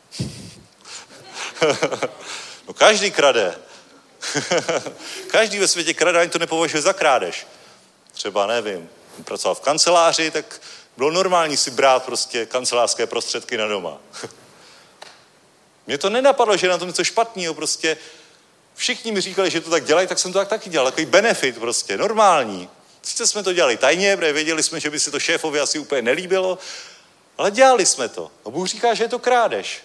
No každý krade. Každý ve světě krade, ani to nepovažuje za krádež. Třeba, nevím, pracoval v kanceláři, tak bylo normální si brát prostě kancelářské prostředky na doma. Mně to nenapadlo, že je na tom něco špatného, prostě všichni mi říkali, že to tak dělají, tak jsem to tak taky dělal, takový benefit prostě, normální. Sice jsme to dělali tajně, protože věděli jsme, že by se to šéfovi asi úplně nelíbilo, ale dělali jsme to. A Bůh říká, že je to krádež.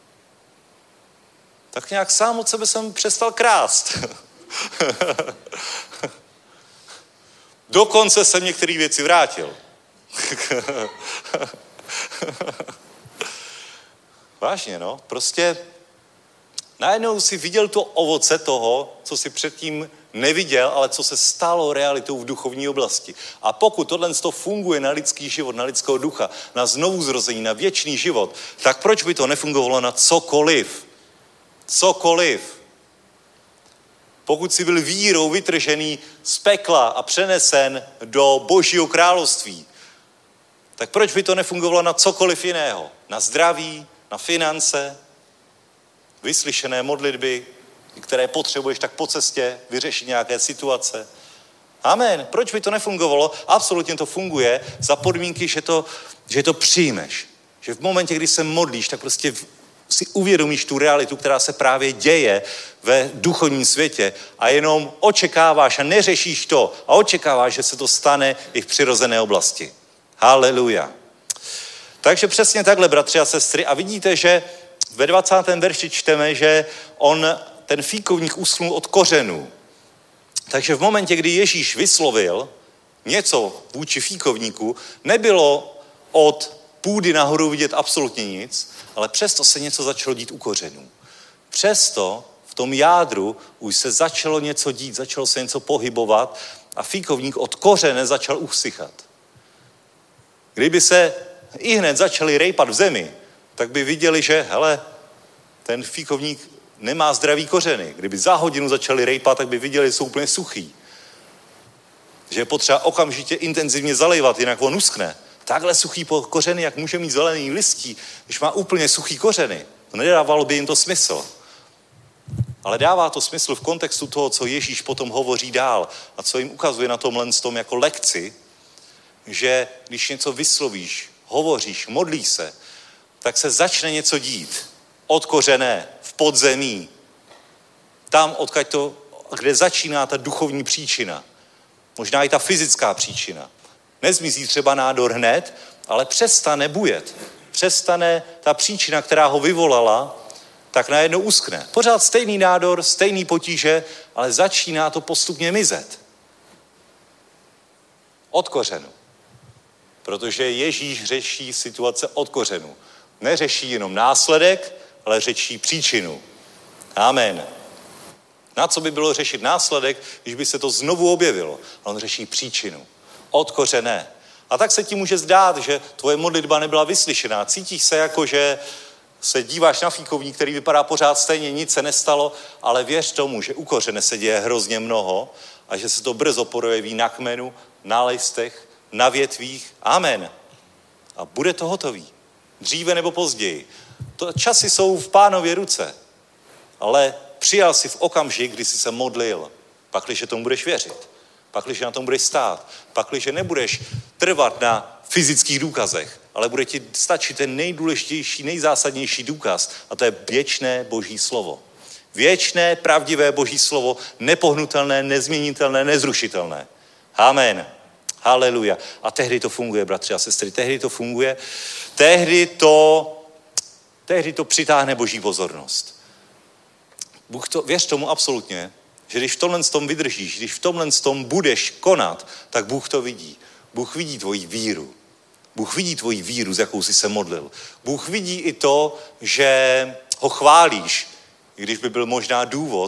Tak nějak sám od sebe jsem přestal krást. Dokonce jsem některé věci vrátil. Vážně, no. Prostě najednou si viděl to ovoce toho, co si předtím neviděl, ale co se stalo realitou v duchovní oblasti. A pokud tohle funguje na lidský život, na lidského ducha, na znovuzrození, na věčný život, tak proč by to nefungovalo na cokoliv? Cokoliv. Pokud jsi byl vírou vytržený z pekla a přenesen do Božího království, tak proč by to nefungovalo na cokoliv jiného? Na zdraví, na finance, vyslyšené modlitby, které potřebuješ tak po cestě vyřešit nějaké situace. Amen. Proč by to nefungovalo? Absolutně to funguje za podmínky, že to přijmeš. Že v momentě, kdy se modlíš, tak prostě si uvědomíš tu realitu, která se právě děje ve duchovním světě a jenom očekáváš a neřešíš to a očekáváš, že se to stane i v přirozené oblasti. Haleluja. Takže přesně takhle, bratři a sestry. A vidíte, že ve 20. verši čteme, že ten fíkovník uschnul od kořenů. Takže v momentě, kdy Ježíš vyslovil něco vůči fíkovníku, nebylo od půdy nahoru vidět absolutně nic, ale přesto se něco začalo dít u kořenů. Přesto v tom jádru už se začalo něco dít, začalo se něco pohybovat a fíkovník od kořene začal usychat. Kdyby se ihned začali rejpat v zemi, tak by viděli, že hele, ten fíkovník nemá zdravý kořeny. Kdyby za hodinu začali rejpat, tak by viděli, že jsou úplně suchý. Že je potřeba okamžitě intenzivně zalévat, jinak on uschne. Takhle suchý kořeny, jak může mít zelený listí, když má úplně suchý kořeny. To nedávalo by jim to smysl. Ale dává to smysl v kontextu toho, co Ježíš potom hovoří dál a co jim ukazuje na tomhle tom jako lekci, že když něco vyslovíš, hovoříš, modlíš se, tak se začne něco dít. Od kořene, v podzemí. Tam, kde začíná ta duchovní příčina. Možná i ta fyzická příčina. Nezmizí třeba nádor hned, ale přestane bujet. Přestane ta příčina, která ho vyvolala, tak najednou uschne. Pořád stejný nádor, stejný potíže, ale začíná to postupně mizet. Od kořenu. Protože Ježíš řeší situace od kořenu. Neřeší jenom následek, ale řeší příčinu. Amen. Na co by bylo řešit následek, když by se to znovu objevilo? A on řeší příčinu. Od kořene. A tak se ti může zdát, že tvoje modlitba nebyla vyslyšená. Cítíš se jako, že se díváš na fíkovník, který vypadá pořád stejně, nic se nestalo, ale věř tomu, že u kořene se děje hrozně mnoho a že se to brzo projeví na kmenu, na listech, na větvích. Amen. A bude to hotový. Dříve nebo později. Časy jsou v Pánově ruce, ale přijal si v okamžik, kdy jsi se modlil. Pakliže tomu budeš věřit. Pakliže na tom budeš stát. Pakliže nebudeš trvat na fyzických důkazech, ale bude ti stačit ten nejdůležitější, nejzásadnější důkaz a to je věčné Boží slovo. Věčné, pravdivé Boží slovo, nepohnutelné, nezměnitelné, nezrušitelné. Amen. Haleluja. A tehdy to funguje, bratři a sestry, tehdy to funguje. Tehdy to přitáhne Boží pozornost. Věř tomu absolutně, že když v tomhle tom vydržíš, když v tomhle tom budeš konat, tak Bůh to vidí. Bůh vidí tvoji víru. Bůh vidí tvoji víru, s jakou jsi se modlil. Bůh vidí i to, že ho chválíš, i když by byl možná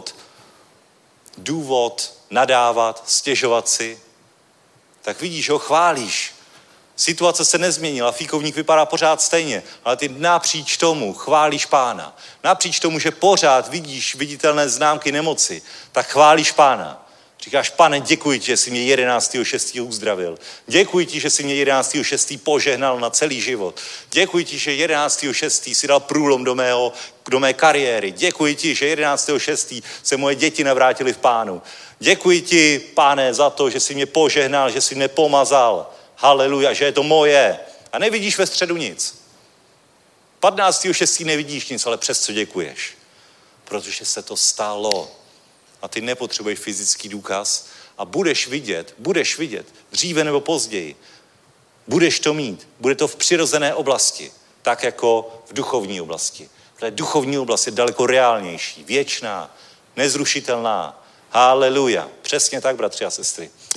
důvod nadávat, stěžovat si, tak vidíš, že ho chválíš. Situace se nezměnila, fíkovník vypadá pořád stejně, ale ty napříč tomu chválíš Pána. Napříč tomu, že pořád vidíš viditelné známky nemoci, tak chválíš Pána. Říkáš, Pane, děkuji ti, že jsi mě 11.6. uzdravil. Děkuji ti, že jsi mě 11.6. požehnal na celý život. Děkuji ti, že 11.6. si dal průlom do mé kariéry. Děkuji ti, že 11.6. se moje děti navrátily v Pánu. Děkuji ti, Pane, za to, že jsi mě požehnal, že jsi mě pomazal. Haleluja, že je to moje. A nevidíš ve středu nic. 15.6. nevidíš nic, ale přesto děkuješ. Protože se to stalo. A ty nepotřebuješ fyzický důkaz a budeš vidět, dříve nebo později. Budeš to mít. Bude to v přirozené oblasti, tak jako v duchovní oblasti. Protože duchovní oblast je daleko reálnější, věčná, nezrušitelná. Haleluja. Přesně tak, bratři a sestry.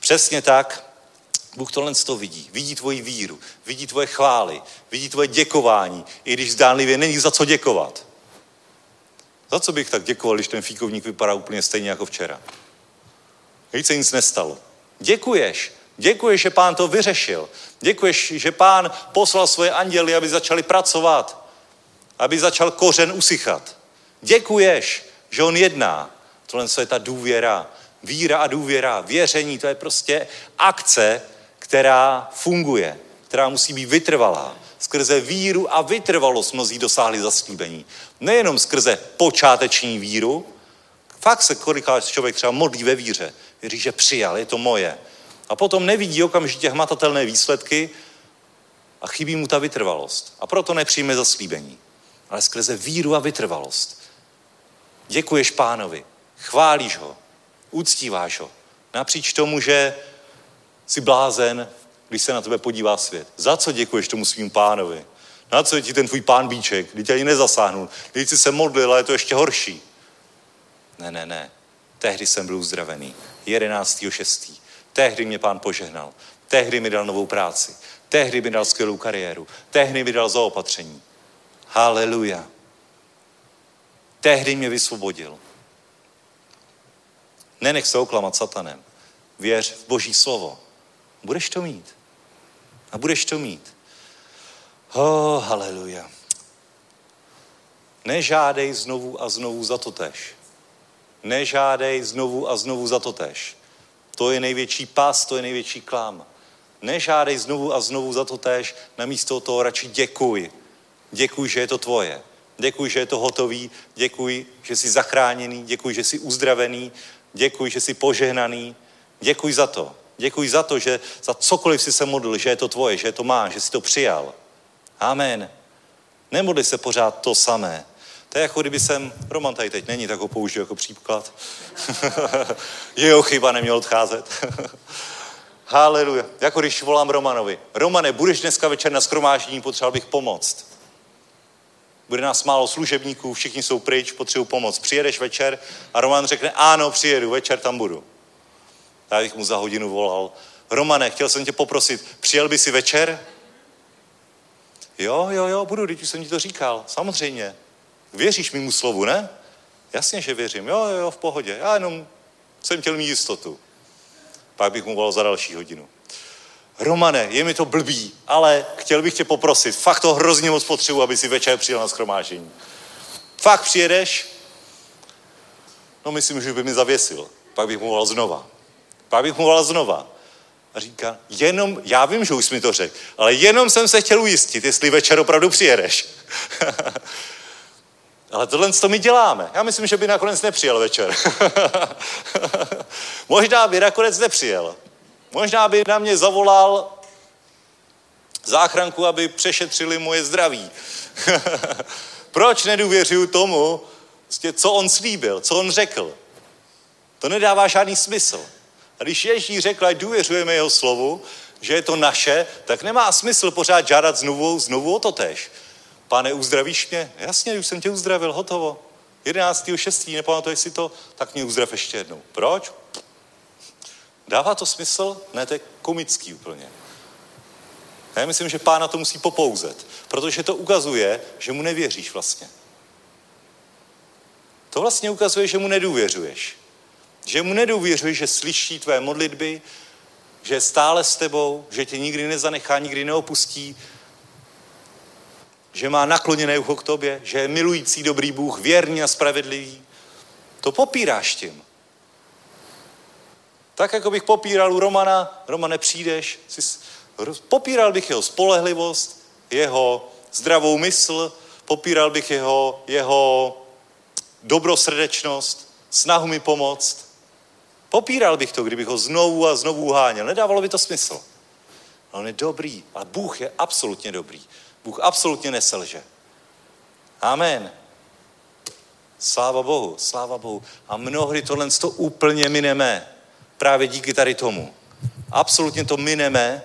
Přesně tak, Bůh tohle to vidí. Vidí tvoji víru, vidí tvoje chvály, vidí tvoje děkování, i když zdánlivě není za co děkovat. Za co bych tak děkoval, když ten fíkovník vypadá úplně stejně jako včera? Víc se nic nestalo. Děkuješ, že Pán to vyřešil. Děkuješ, že Pán poslal svoje anděly, aby začali pracovat, aby začal kořen usychat. Děkuješ, že on jedná. Tohle je ta důvěra, víra a důvěra, věření, to je prostě akce, která funguje, která musí být vytrvalá. Skrze víru a vytrvalost mnozí dosáhli zaslíbení. Nejenom skrze počáteční víru, fakt se kolikrát člověk třeba modlí ve víře, věří, že přijal, je to moje. A potom nevidí okamžitě hmatatelné výsledky a chybí mu ta vytrvalost. A proto nepřijme zaslíbení. Ale skrze víru a vytrvalost. Děkuješ Pánovi, chválíš ho, uctíváš ho. Napříč tomu, že jsi blázen, když se na tebe podívá svět. Za co děkuješ tomu svým Pánovi? Na co je ti ten tvůj Pán Bíček? Když tě ani nezasáhnul. Když jsi se modlil, ale je to ještě horší. Ne. Tehdy jsem byl uzdravený. 11.6. Tehdy mě Pán požehnal. Tehdy mi dal novou práci. Tehdy mi dal skvělou kariéru. Tehdy mi dal zaopatření. Haleluja. Tehdy mě vysvobodil. Nenech se oklamat satanem. Věř v Boží slovo. Budeš to mít. A budeš to mít. Haleluja. Nežádej znovu a znovu za to též. Nežádej znovu a znovu za to též. To je největší pas, to je největší klam. Nežádej znovu a znovu za to též, namísto toho radši děkuj. Děkuj, že je to tvoje. Děkuj, že je to hotový. Děkuj, že jsi zachráněný. Děkuj, že jsi uzdravený. Děkuj, že jsi požehnaný. Děkuj za to. Děkuj za to, že za cokoliv jsi se modlil, že je to tvoje, že to máš, že jsi to přijal. Amen. Nemodli se pořád to samé. To je jako kdyby Roman tady teď není, tak ho použiju jako příklad. Jeho chyba, neměl odcházet. Haleluja. Jako když volám Romanovi. Romane, budeš dneska večer na shromáždění, potřeboval bych pomoct. Bude nás málo služebníků, všichni jsou pryč, potřebuji pomoc. Přijedeš večer a Roman řekne, ano, přijedu, večer tam budu. Já bych mu za hodinu volal. Romane, chtěl jsem tě poprosit, přijel by si večer? Jo, budu, když jsem ti to říkal, samozřejmě. Věříš mému slovu, ne? Jasně, že věřím. Jo, v pohodě. Já jenom jsem chtěl mít jistotu. Pak bych mu volal za další hodinu. Romane, je mi to blbý, ale chtěl bych tě poprosit. Fakt to hrozně moc potřebuji, aby si večer přijel na shromáždění. Fakt přijedeš? No myslím, že by mi zavěsil. Pak bych mu volal znova. A říká, já vím, že už jsi mi to řekl, ale jenom jsem se chtěl ujistit, jestli večer opravdu přijedeš. Ale tohle to my děláme. Já myslím, že by nakonec nepřijel večer. Možná by nakonec nepřijel. Možná by na mě zavolal záchranku, aby přešetřili moje zdraví. Proč nedůvěřuju tomu, co on slíbil, co on řekl? To nedává žádný smysl. A když Ježíš řekl, ať důvěřujeme jeho slovu, že je to naše, tak nemá smysl pořád žádat znovu o to též. Pane, uzdravíš mě? Jasně, už jsem tě uzdravil, hotovo. 11.6. nepamatuješ si to? Tak mě uzdrav ještě jednou. Proč? Dává to smysl? Ne, to je komický úplně. Já myslím, že Pán na to musí popouzet, protože to ukazuje, že mu nevěříš vlastně. To vlastně ukazuje, že mu nedůvěřuješ. Že mu nedůvěřuješ, že slyší tvé modlitby, že je stále s tebou, že tě nikdy nezanechá, nikdy neopustí, že má nakloněné ucho k tobě, že je milující dobrý Bůh, věrný a spravedlivý. To popíráš tím. Tak, jako bych popíral u Romana, Romane, přijdeš, popíral bych jeho spolehlivost, jeho zdravou mysl, popíral bych jeho dobrosrdečnost, snahu mi pomoct. Popíral bych to, kdybych ho znovu a znovu uháněl. Nedávalo by to smysl. Ale on je dobrý. A Bůh je absolutně dobrý. Bůh absolutně neselže. Amen. Sláva Bohu, sláva Bohu. A mnohdy tohle to úplně mineme. Právě díky tady tomu. Absolutně to mineme.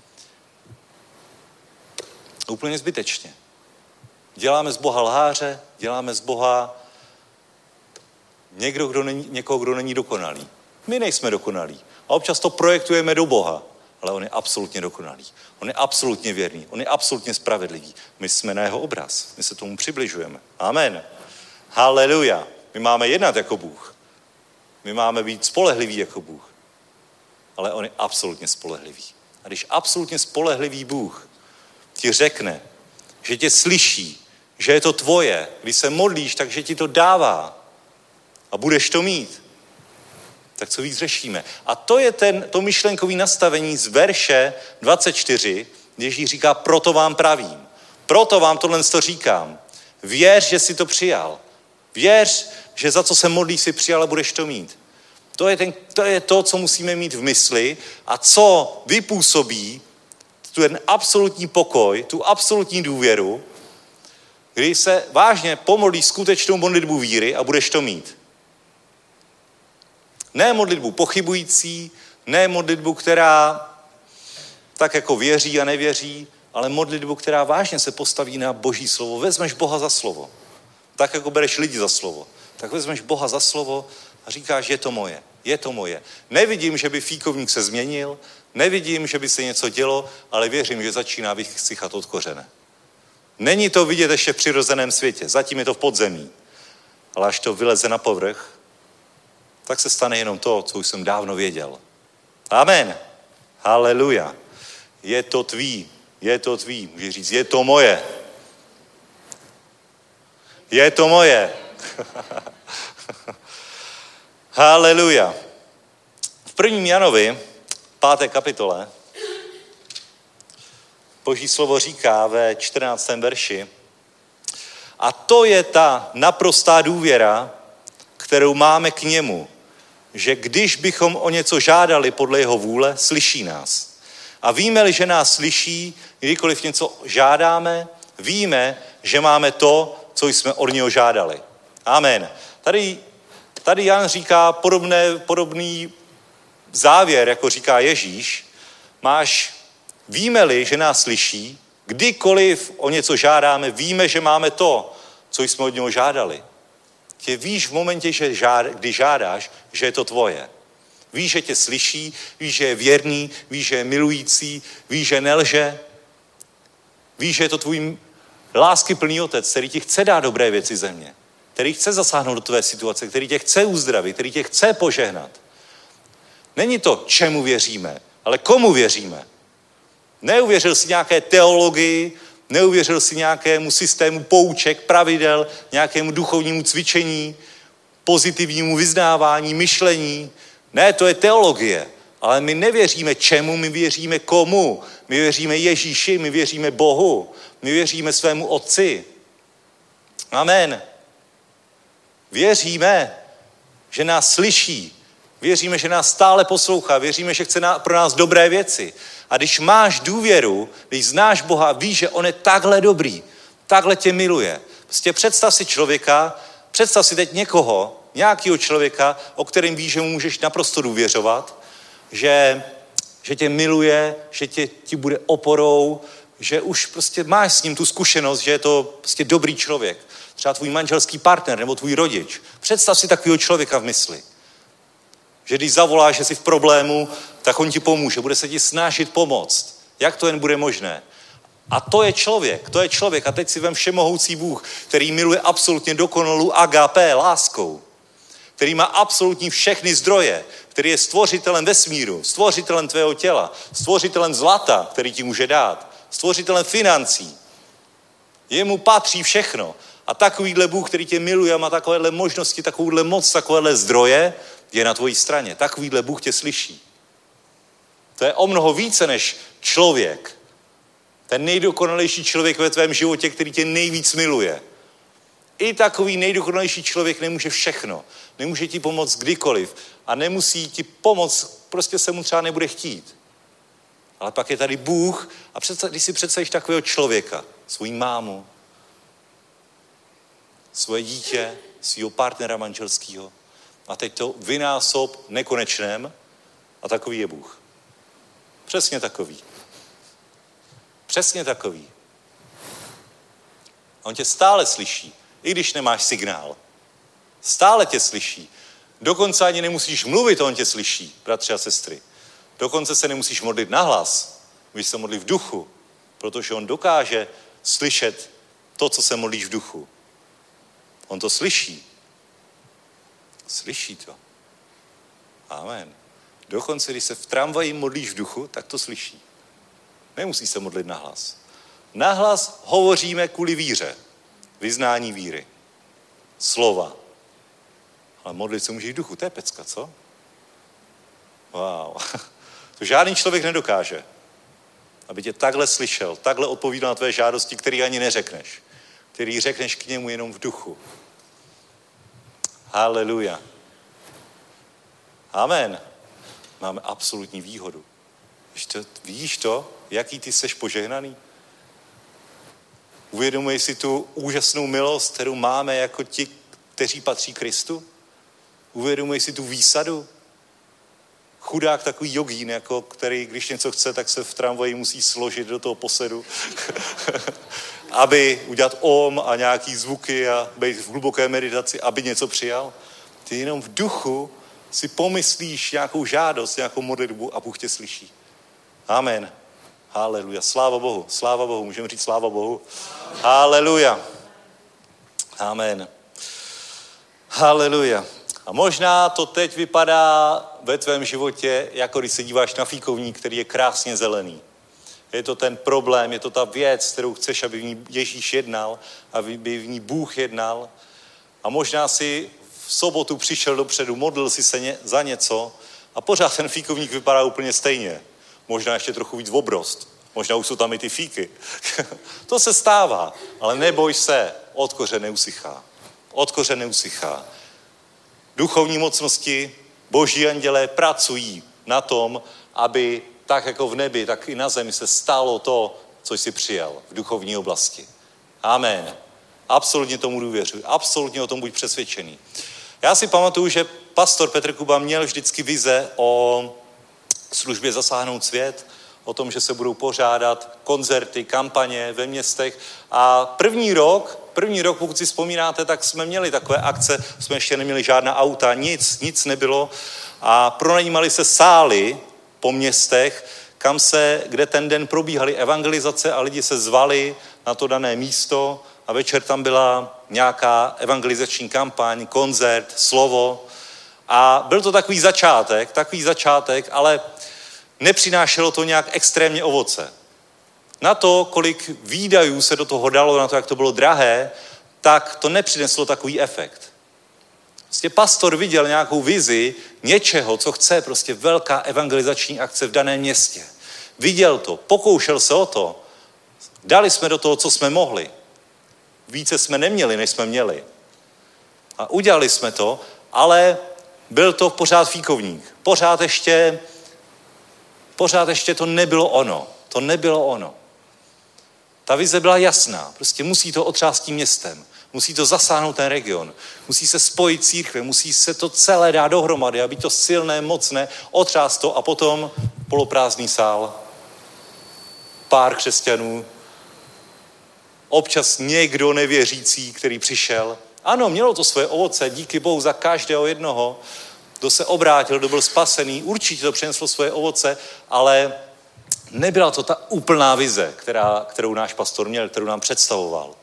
Úplně zbytečně. Děláme z Boha lháře, děláme z Boha někoho, kdo není dokonalý. My nejsme dokonalí. A občas to projektujeme do Boha. Ale on je absolutně dokonalý. On je absolutně věrný. On je absolutně spravedlivý. My jsme na jeho obraz. My se tomu přibližujeme. Amen. Haleluja. My máme jednat jako Bůh. My máme být spolehliví jako Bůh. Ale on je absolutně spolehlivý. A když absolutně spolehlivý Bůh ti řekne, že tě slyší, že je to tvoje, když se modlíš, takže ti to dává a budeš to mít, tak co víc řešíme. A to je to myšlenkové nastavení z verše 24, kde Ježíš říká, proto vám pravím. Proto vám tohle říkám. Věř, že jsi to přijal. Věř, že za co se modlíš, si přijal a budeš to mít. To je to, co musíme mít v mysli a co vypůsobí ten absolutní pokoj, tu absolutní důvěru, kdy se vážně pomodlíš skutečnou modlitbu víry a budeš to mít. Ne modlitbu pochybující, ne modlitbu, která tak jako věří a nevěří, ale modlitbu, která vážně se postaví na Boží slovo. Vezmeš Boha za slovo. Tak jako bereš lidi za slovo. Tak vezmeš Boha za slovo a říkáš, je to moje, je to moje. Nevidím, že by fíkovník se změnil, nevidím, že by se něco dělo, ale věřím, že začíná vysychat od kořene. Není to vidět ještě v přirozeném světě, zatím je to v podzemí. Ale až to vyleze na povrch, tak se stane jenom to, co už jsem dávno věděl. Amen. Haleluja. Je to tvý, je to tvý. Můžeš říct, je to moje. Je to moje. Haleluja. V 1. Janovi, 5. kapitole, Boží slovo říká ve 14. verši, a to je ta naprostá důvěra, kterou máme k němu, že když bychom o něco žádali podle jeho vůle, slyší nás. A víme-li, že nás slyší, kdykoliv něco žádáme, víme, že máme to, co jsme od něho žádali. Amen. Tady Jan říká podobný závěr, jako říká Ježíš. Víme-li, že nás slyší, kdykoliv o něco žádáme, víme, že máme to, co jsme od něho žádali. Tě víš v momentě, kdy žádáš, že je to tvoje. Víš, že tě slyší, víš, že je věrný, víš, že je milující, víš, že nelže. Víš, že je to tvůj láskyplný otec, který ti chce dát dobré věci země, který chce zasáhnout do tvé situace, který tě chce uzdravit, který tě chce požehnat. Není to, čemu věříme, ale komu věříme. Neuvěřil si nějaké teologii, neuvěřil si nějakému systému pouček, pravidel, nějakému duchovnímu cvičení, pozitivnímu vyznávání, myšlení. Ne, to je teologie. Ale my nevěříme čemu, my věříme komu. My věříme Ježíši, my věříme Bohu, my věříme svému Otci. Amen. Věříme, že nás slyší. Věříme, že nás stále poslouchá. Věříme, že chce pro nás dobré věci. A když máš důvěru, když znáš Boha, víš, že on je takhle dobrý, takhle tě miluje. Prostě představ si teď nějakého člověka, o kterém víš, že mu můžeš naprosto důvěřovat, že tě miluje, že ti bude oporou, že už prostě máš s ním tu zkušenost, že je to prostě dobrý člověk. Třeba tvůj manželský partner nebo tvůj rodič. Představ si takového člověka v mysli. Že když zavoláš, že jsi v problému, tak on ti pomůže, bude se ti snažit pomoct. Jak to jen bude možné? A to je člověk. A teď si vem všemohoucí Bůh, který miluje absolutně dokonalou agapé, láskou. Který má absolutní všechny zdroje, který je stvořitelem vesmíru, stvořitelem tvého těla, stvořitelem zlata, který ti může dát, stvořitelem financí. Jemu patří všechno. A takovýhle Bůh, který tě miluje a má takovéhle možnosti, takovouhle moc, takovéhle zdroje, je na tvojí straně. Takovýhle Bůh tě slyší. To je o mnoho více než člověk. Ten nejdokonalejší člověk ve tvém životě, který tě nejvíc miluje. I takový nejdokonalejší člověk nemůže všechno. Nemůže ti pomoct kdykoliv. A nemusí ti pomoct, prostě se mu třeba nebude chtít. Ale pak je tady Bůh a když si představíš takového člověka, svou mámu, svoje dítě, svého partnera manželského, a teď to vynásob nekonečném a takový je Bůh. Přesně takový. Přesně takový. A on tě stále slyší, i když nemáš signál. Stále tě slyší. Dokonce ani nemusíš mluvit, on tě slyší, bratři a sestry. Dokonce se nemusíš modlit nahlas, můžeš se modlit v duchu, protože on dokáže slyšet to, co se modlíš v duchu. On to slyší. Slyší to. Amen. Dokonce, když se v tramvaji modlíš v duchu, tak to slyší. Nemusí se modlit nahlas. Nahlas hovoříme kvůli víře. Vyznání víry. Slova. Ale modlit se můžeš v duchu. To je pecka, co? Wow. To žádný člověk nedokáže. Aby tě takhle slyšel, takhle odpovídal na tvé žádosti, který ani neřekneš. Který řekneš k němu jenom v duchu. Haleluja. Amen. Máme absolutní výhodu. Víš to, jaký ty seš požehnaný? Uvědomuješ si tu úžasnou milost, kterou máme jako ti, kteří patří Kristu? Uvědomuješ si tu výsadu? Chudák takový jogín, jako který, když něco chce, tak se v tramvaji musí složit do toho posedu, aby udělat om a nějaký zvuky a být v hluboké meditaci, aby něco přijal. Ty jenom v duchu si pomyslíš nějakou žádost, nějakou modlitbu a Bůh tě slyší. Amen. Haleluja. Sláva Bohu. Sláva Bohu. Můžeme říct sláva Bohu. Haleluja. Amen. Haleluja. A možná to teď vypadá ve tvém životě, jako když se díváš na fíkovník, který je krásně zelený. Je to ten problém, je to ta věc, kterou chceš, aby v ní Ježíš jednal, aby v ní Bůh jednal. A možná si v sobotu přišel dopředu, modlil si se za něco a pořád ten fíkovník vypadá úplně stejně. Možná ještě trochu víc obrost. Možná už jsou tam i ty fíky. To se stává, ale neboj se, od kořene neusychá. Od kořene neusychá. Duchovní mocnosti, boží andělé pracují na tom, aby tak jako v nebi, tak i na zemi se stalo to, co jsi přijal v duchovní oblasti. Amen. Absolutně tomu důvěřuji. Absolutně o tom buď přesvědčený. Já si pamatuju, že pastor Petr Kuba měl vždycky vize o službě Zasáhnout svět, o tom, že se budou pořádat koncerty, kampaně ve městech. A první rok, pokud si vzpomínáte, tak jsme měli takové akce, jsme ještě neměli žádná auta, nic nebylo. A pronajímali se sály po městech, kde ten den probíhaly evangelizace a lidi se zvali na to dané místo a večer tam byla nějaká evangelizační kampaň, koncert, slovo. A byl to takový začátek, ale nepřinášelo to nějak extrémně ovoce. Na to, kolik výdajů se do toho dalo, na to, jak to bylo drahé, tak to nepřineslo takový efekt. Prostě pastor viděl nějakou vizi něčeho, co chce, prostě velká evangelizační akce v daném městě. Viděl to, pokoušel se o to, dali jsme do toho, co jsme mohli. Více jsme neměli, než jsme měli. A udělali jsme to, ale byl to pořád fíkovník. Pořád ještě to nebylo ono. To nebylo ono. Ta vize byla jasná. Prostě musí to otřást tím městem. Musí to zasáhnout ten region. Musí se spojit církve. Musí se to celé dát dohromady, aby to silné, mocné, otřást to a potom poloprázdný sál. Pár křesťanů. Občas někdo nevěřící, který přišel. Ano, mělo to svoje ovoce. Díky Bohu za každého jednoho, kdo se obrátil, kdo byl spasený. Určitě to přineslo svoje ovoce, ale nebyla to ta úplná vize, kterou náš pastor měl, kterou nám představoval.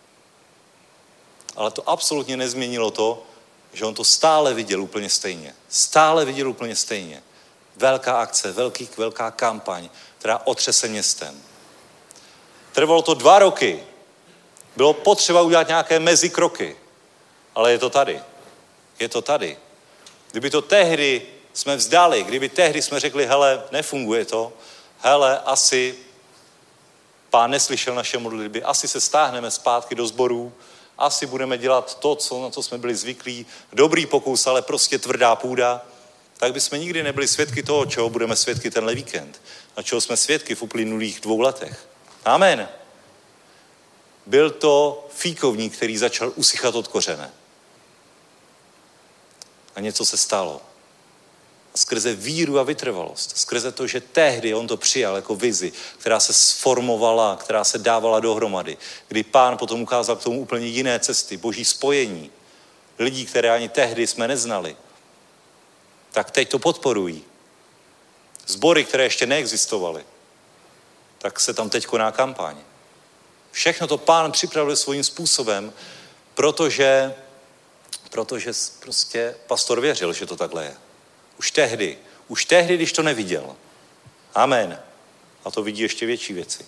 Ale to absolutně nezměnilo to, že on to stále viděl úplně stejně. Stále viděl úplně stejně. Velká akce, velká kampaň, která otřese městem. Trvalo to 2 roky. Bylo potřeba udělat nějaké mezikroky. Ale je to tady. Je to tady. Kdyby to tehdy jsme vzdali, kdyby tehdy jsme řekli, hele, nefunguje to, hele, asi Pán neslyšel naše modlitby, asi se stáhneme zpátky do sborů, asi budeme dělat to, na co jsme byli zvyklí, dobrý pokus, ale prostě tvrdá půda, tak bychom nikdy nebyli svědky toho, čeho budeme svědky tenhle víkend a čeho jsme svědky v uplynulých 2 letech. Amen. Byl to fíkovník, který začal usychat od kořene. A něco se stalo. A skrze víru a vytrvalost, skrze to, že tehdy on to přijal jako vizi, která se sformovala, která se dávala dohromady, kdy Pán potom ukázal k tomu úplně jiné cesty, boží spojení, lidí, které ani tehdy jsme neznali. tak teď to podporují. Sbory, které ještě neexistovaly, tak se tam teď koná kampaň. Všechno to Pán připravil svým způsobem, protože prostě pastor věřil, že to takhle je. Už tehdy, když to neviděl. Amen. A to vidí ještě větší věci.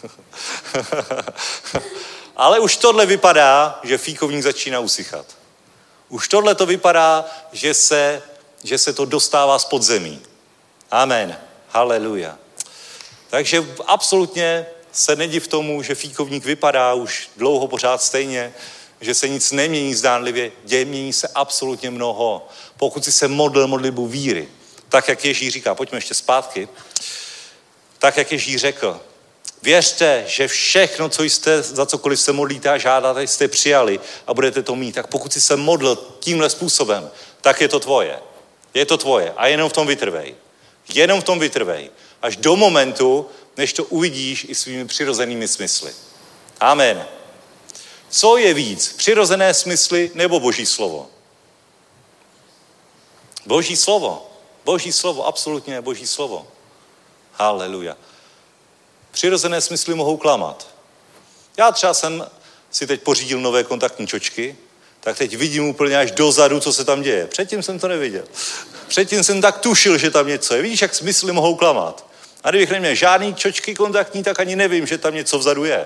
Ale už tohle vypadá, že fíkovník začíná usychat. Už tohle to vypadá, že se to dostává z podzemí. Amen. Haleluja. Takže absolutně se nediv tomu, že fíkovník vypadá už dlouho pořád stejně, že se nic nemění zdánlivě, mění se absolutně mnoho. Pokud jsi se modlil modlitbu víry, tak jak Ježíš říká, pojďme ještě zpátky, tak jak Ježíš řekl, věřte, že všechno, co jste, za cokoliv se modlíte a žádáte, jste přijali a budete to mít. Tak pokud jsi se modlil tímhle způsobem, tak je to tvoje. Je to tvoje a jenom v tom vytrvej. Jenom v tom vytrvej. Až do momentu, než to uvidíš i svými přirozenými smysly. Amen. Co je víc? Přirozené smysly nebo Boží slovo? Boží slovo. Boží slovo, absolutně Boží slovo. Haleluja. Přirozené smysly mohou klamat. Já třeba jsem si teď pořídil nové kontaktní čočky, tak teď vidím úplně až dozadu, co se tam děje. Předtím jsem to neviděl. Předtím jsem tak tušil, že tam něco je. Vidíš, jak smysly mohou klamat. A kdybych neměl žádný čočky kontaktní, tak ani nevím, že tam něco vzadu je.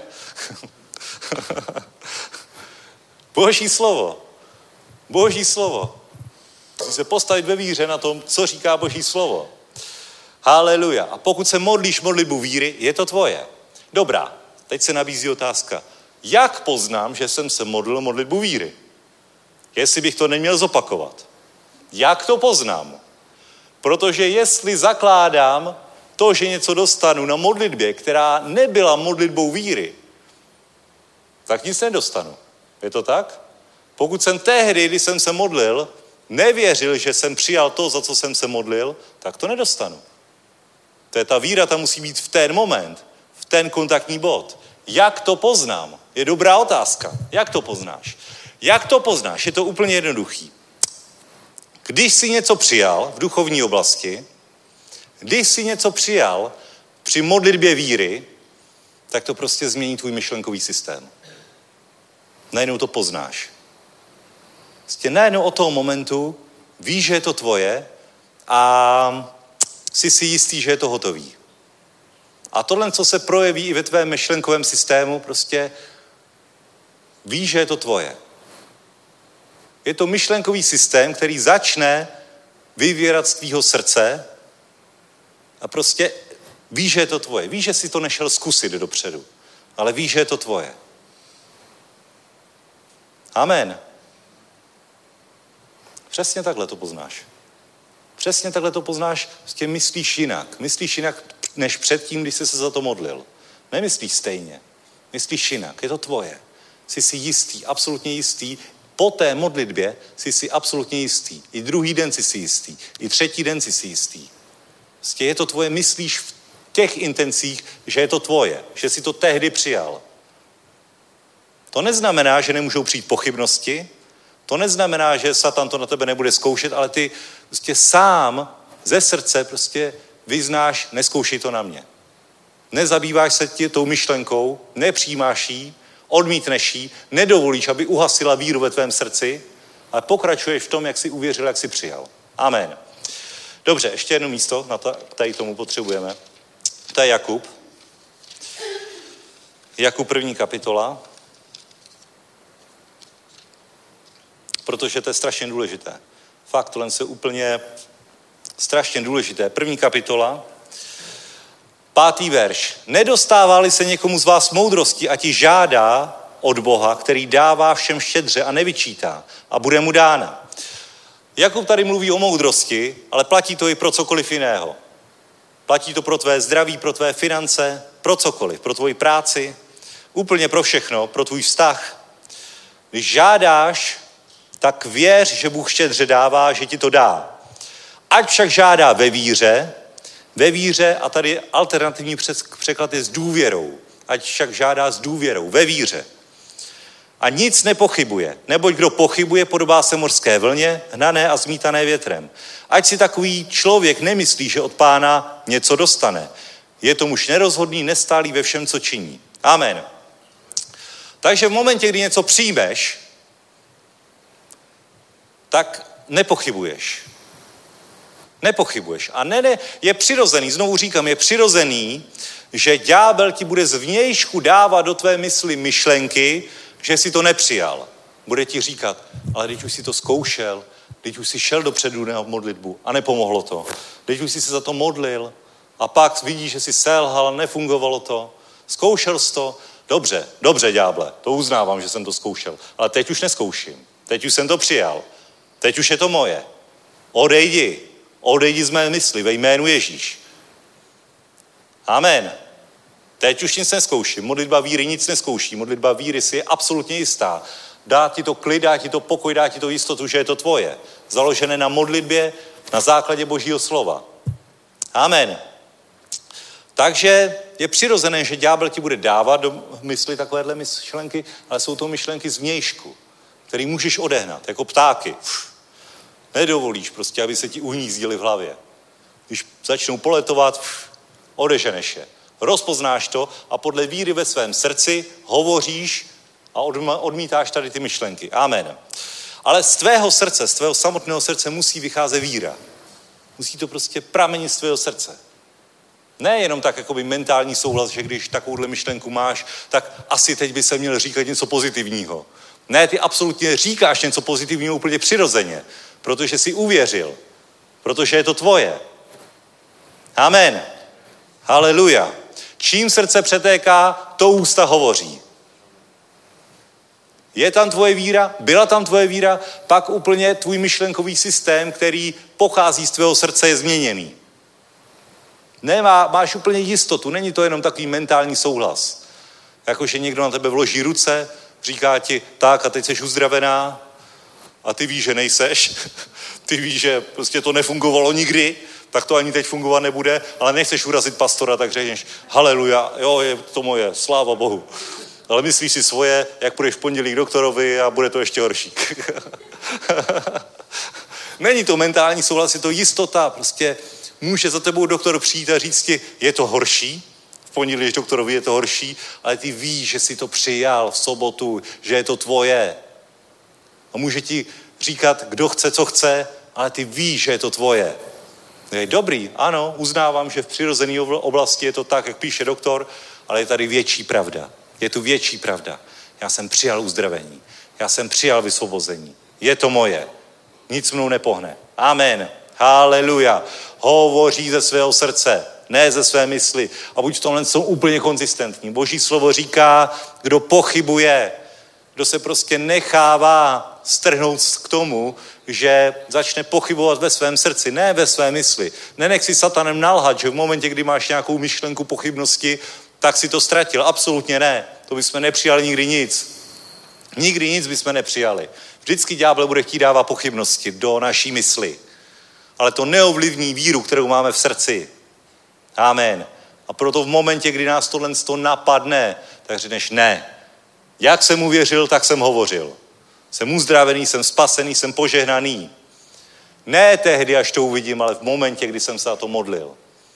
Boží slovo. Boží slovo. Musí se postavit ve víře na tom, co říká Boží slovo. Haleluja. A pokud se modlíš modlitbu víry, je to tvoje. Dobrá, teď se nabízí otázka. Jak poznám, že jsem se modlil modlitbu víry? Jestli bych to neměl zopakovat. Jak to poznám? Protože jestli zakládám to, že něco dostanu na modlitbě, která nebyla modlitbou víry, tak nic nedostanu. Je to tak? Pokud jsem tehdy, když jsem se modlil, nevěřil, že jsem přijal to, za co jsem se modlil, tak to nedostanu. To je ta víra, ta musí být v ten moment, v ten kontaktní bod. Jak to poznám? Je dobrá otázka. Jak to poznáš? Jak to poznáš? Je to úplně jednoduchý. Když jsi něco přijal v duchovní oblasti, když jsi něco přijal při modlitbě víry, tak to prostě změní tvůj myšlenkový systém. Najednou to poznáš. Prostě najednou od toho momentu víš, že je to tvoje a jsi si jistý, že je to hotový. A tohle, co se projeví i ve tvém myšlenkovém systému, prostě víš, že je to tvoje. Je to myšlenkový systém, který začne vyvírat z tvýho srdce a prostě víš, že je to tvoje. Víš, že jsi to nešel zkusit dopředu, ale víš, že je to tvoje. Amen. Přesně takhle to poznáš. Přesně takhle to poznáš, prostě myslíš jinak. Myslíš jinak, než předtím, když jsi se za to modlil. Nemyslíš stejně. Myslíš jinak. Je to tvoje. Jsi si jistý, absolutně jistý. Po té modlitbě jsi si absolutně jistý. I druhý den jsi si jistý. I třetí den jsi si jistý. Prostě je to tvoje, myslíš v těch intencích, že je to tvoje. Že jsi to tehdy přijal. To neznamená, že nemůžou přijít pochybnosti. To neznamená, že Satan to na tebe nebude zkoušet, ale ty prostě sám ze srdce prostě vyznáš, nezkoušej to na mě. Nezabýváš se tou myšlenkou, nepřijímáš ji, odmítneš ji, nedovolíš, aby uhasila víru ve tvém srdci, ale pokračuješ v tom, jak jsi uvěřil, jak jsi přijal. Amen. Dobře, ještě jedno místo, na tady tomu potřebujeme. To je Jakub. Jakub 1. kapitola. Protože to je strašně důležité. Fakt, tohle je úplně strašně důležité. 1. kapitola, 5. verš. Nedostává-li se někomu z vás moudrosti, ať ji žádá od Boha, který dává všem štědře a nevyčítá a bude mu dána. Jakub tady mluví o moudrosti, ale platí to i pro cokoliv jiného. Platí to pro tvé zdraví, pro tvé finance, pro cokoliv, pro tvoji práci, úplně pro všechno, pro tvůj vztah. Když žádáš, tak věř, že Bůh štědře dává, že ti to dá. Ať však žádá ve víře, a tady alternativní překlad je s důvěrou. Ať však žádá s důvěrou, ve víře. a nic nepochybuje. Neboť kdo pochybuje, podobá se mořské vlně, hnané a zmítané větrem. Ať si takový člověk nemyslí, že od Pána něco dostane. Je to muž nerozhodný, nestálý ve všem, co činí. Amen. Takže v momentě, kdy něco přijmeš, tak nepochybuješ. Nepochybuješ. A je přirozený, znovu říkám, je přirozený, že ďábel ti bude zvnějšku dávat do tvé mysli myšlenky, že jsi to nepřijal. Bude ti říkat, ale teď už si to zkoušel, teď už si šel dopředu na modlitbu a nepomohlo to. Teď už si se za to modlil a pak vidíš, že jsi selhal, nefungovalo to. Zkoušel jsi to. Dobře, ďáble, to uznávám, že jsem to zkoušel, ale teď už neskouším. Teď už jsem to přijal. Teď už je to moje. Odejdi z mé mysli ve jménu Ježíš. Amen. Teď už nic neskouším. Modlitba víry nic neskouší. Modlitba víry si je absolutně jistá. Dá ti to klid, dá ti to pokoj, dá ti to jistotu, že je to tvoje. Založené na modlitbě, na základě Božího slova. Amen. Takže je přirozené, že ďábel ti bude dávat do mysli takovéhle myšlenky, ale jsou to myšlenky zvnějšku, které můžeš odehnat, jako ptáky. Nedovolíš prostě, aby se ti uhnízdili v hlavě. Když začnou poletovat, odeženeš je. Rozpoznáš to a podle víry ve svém srdci hovoříš a odmítáš tady ty myšlenky. Amen. Ale z tvého srdce, z tvého samotného srdce musí vycházet víra. Musí to prostě pramenit z tvého srdce. Ne jenom tak jakoby mentální souhlas, že když takovouhle myšlenku máš, tak asi teď by se měl říkat něco pozitivního. Ne, ty absolutně říkáš něco pozitivního úplně přirozeně, protože jsi uvěřil, protože je to tvoje. Amen. Haleluja. Čím srdce přetéká, to ústa hovoří. Je tam tvoje víra? Byla tam tvoje víra? Pak úplně tvůj myšlenkový systém, který pochází z tvého srdce, je změněný. Máš úplně jistotu, není to jenom takový mentální souhlas. Jakože někdo na tebe vloží ruce, říká ti, tak a teď jsi uzdravená a ty víš, že nejseš. Ty víš, že prostě to nefungovalo nikdy, tak to ani teď fungovat nebude, ale nechceš urazit pastora, tak řekneš, haleluja, jo, je to moje, sláva Bohu. Ale myslíš si svoje, jak půjdeš v pondělí k doktorovi a bude to ještě horší. Není to mentální souhlas, je to jistota, prostě může za tebou doktor přijít a říct ti, je to horší, v pondělí doktorovi je to horší, ale ty víš, že jsi to přijal v sobotu, že je to tvoje. A může ti říkat, kdo chce, co chce, ale ty víš, že je to tvoje. Je dobrý, ano, uznávám, že v přirozené oblasti je to tak, jak píše doktor, ale je tady větší pravda. Je tu větší pravda. Já jsem přijal uzdravení. Já jsem přijal vysvobození. Je to moje. Nic mnou nepohne. Amen. Haleluja. Hovoří ze svého srdce, ne ze své mysli. A buď v tomhle jsou úplně konzistentní. Boží slovo říká, kdo pochybuje, kdo se prostě nechává strhnout k tomu, že začne pochybovat ve svém srdci, ne ve své mysli. Nenech si satanem nalhat, že v momentě, kdy máš nějakou myšlenku pochybnosti, tak si to ztratil. Absolutně ne. To bychom nepřijali nikdy nic. Nikdy nic bychom nepřijali. Vždycky ďábel bude chtít dávat pochybnosti do naší mysli. Ale to neovlivní víru, kterou máme v srdci. Amen. A proto v momentě, kdy nás tohle napadne, tak řekneš ne. Jak jsem uvěřil, tak jsem hovořil. Jsem uzdravený, jsem spasený, jsem požehnaný. Ne tehdy, až to uvidím, ale v momentě, kdy jsem se za to modlil.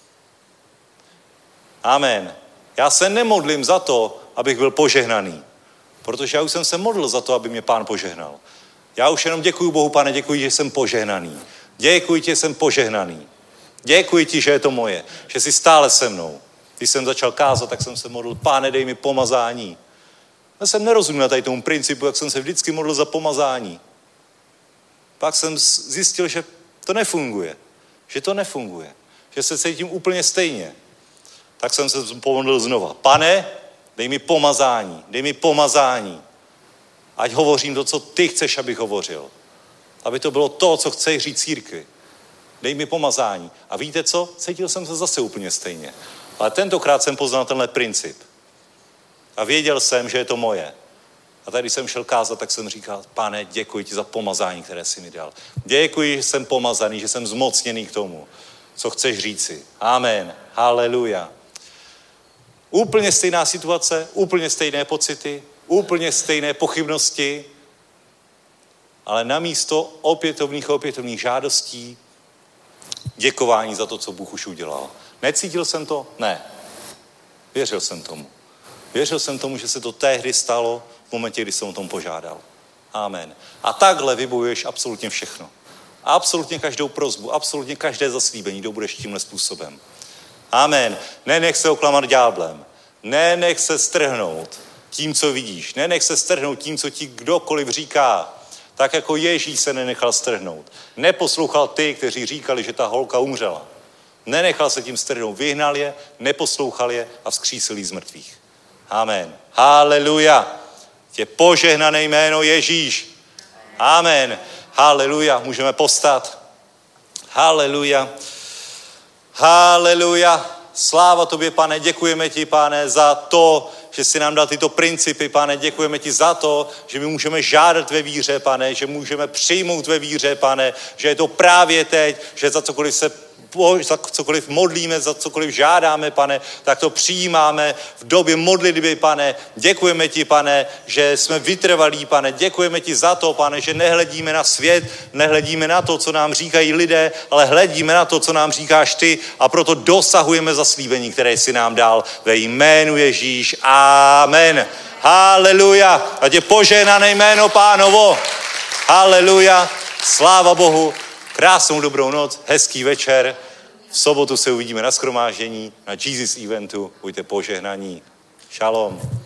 Amen. Já se nemodlím za to, abych byl požehnaný, protože já už jsem se modlil za to, aby mě Pán požehnal. Já už jenom děkuji Bohu, Pane, děkuji, že jsem požehnaný. Děkuji ti, že jsem požehnaný. Děkuji ti, že je to moje, že jsi stále se mnou. Když jsem začal kázat, tak jsem se modlil, Páne, dej mi pomazání. Já jsem nerozuměl tady tomu principu, jak jsem se vždycky modlil za pomazání. Pak jsem zjistil, že to nefunguje. Že se cítím úplně stejně. Tak jsem se pomodlil znova. Pane, dej mi pomazání. Ať hovořím to, co ty chceš, abych hovořil. Aby to bylo to, co chceš říct církvi. Dej mi pomazání. A víte co? Cítil jsem se zase úplně stejně. Ale tentokrát jsem poznal tenhle princip. A věděl jsem, že je to moje. A tady, když jsem šel kázat, tak jsem říkal, Pane, děkuji ti za pomazání, které jsi mi dal. Děkuji, že jsem pomazaný, že jsem zmocněný k tomu, co chceš říci. Amen. Haleluja. Úplně stejná situace, úplně stejné pocity, úplně stejné pochybnosti, ale namísto opětovných žádostí, děkování za to, co Bůh už udělal. Necítil jsem to? Ne. Věřil jsem tomu. Věřil jsem tomu, že se to tehdy stalo v momentě, kdy jsem o tom požádal. Amen. A takhle vybojuješ absolutně všechno. Absolutně každou prosbu, absolutně každé zaslíbení dobudeš tímhle způsobem. Amen. Nenech se oklamat ďáblem. Nenech se strhnout tím, co vidíš. Nenech se strhnout tím, co ti kdokoliv říká. Tak jako Ježíš se nenechal strhnout. Neposlouchal ty, kteří říkali, že ta holka umřela. Nenechal se tím strhnout. Vyhnal je, neposlouchal je a vzkřísil jí z mrtvých. Amen. Haleluja. Tě požehnané jméno Ježíš. Amen. Haleluja. Můžeme povstat. Haleluja. Haleluja. Sláva tobě, Pane. Děkujeme ti, Pane, za to, že jsi nám dal tyto principy, Pane. Děkujeme ti za to, že my můžeme žádat ve víře, Pane, že můžeme přijmout ve víře, Pane, že je to právě teď, že za cokoliv modlíme, za cokoliv žádáme, Pane, tak to přijímáme v době modlitby, Pane. Děkujeme ti, Pane, že jsme vytrvalí, Pane. Děkujeme ti za to, Pane, že nehledíme na svět, nehledíme na to, co nám říkají lidé, ale hledíme na to, co nám říkáš ty, a proto dosahujeme zaslíbení, které jsi nám dal ve jménu Ježíš. Amen. Haleluja. A tě požehnané jméno Pánovo. Haleluja. Sláva Bohu. Krásnou dobrou noc, hezký večer. V sobotu se uvidíme na shromáždění, na Jesus eventu. Buďte požehnaní. Šalom.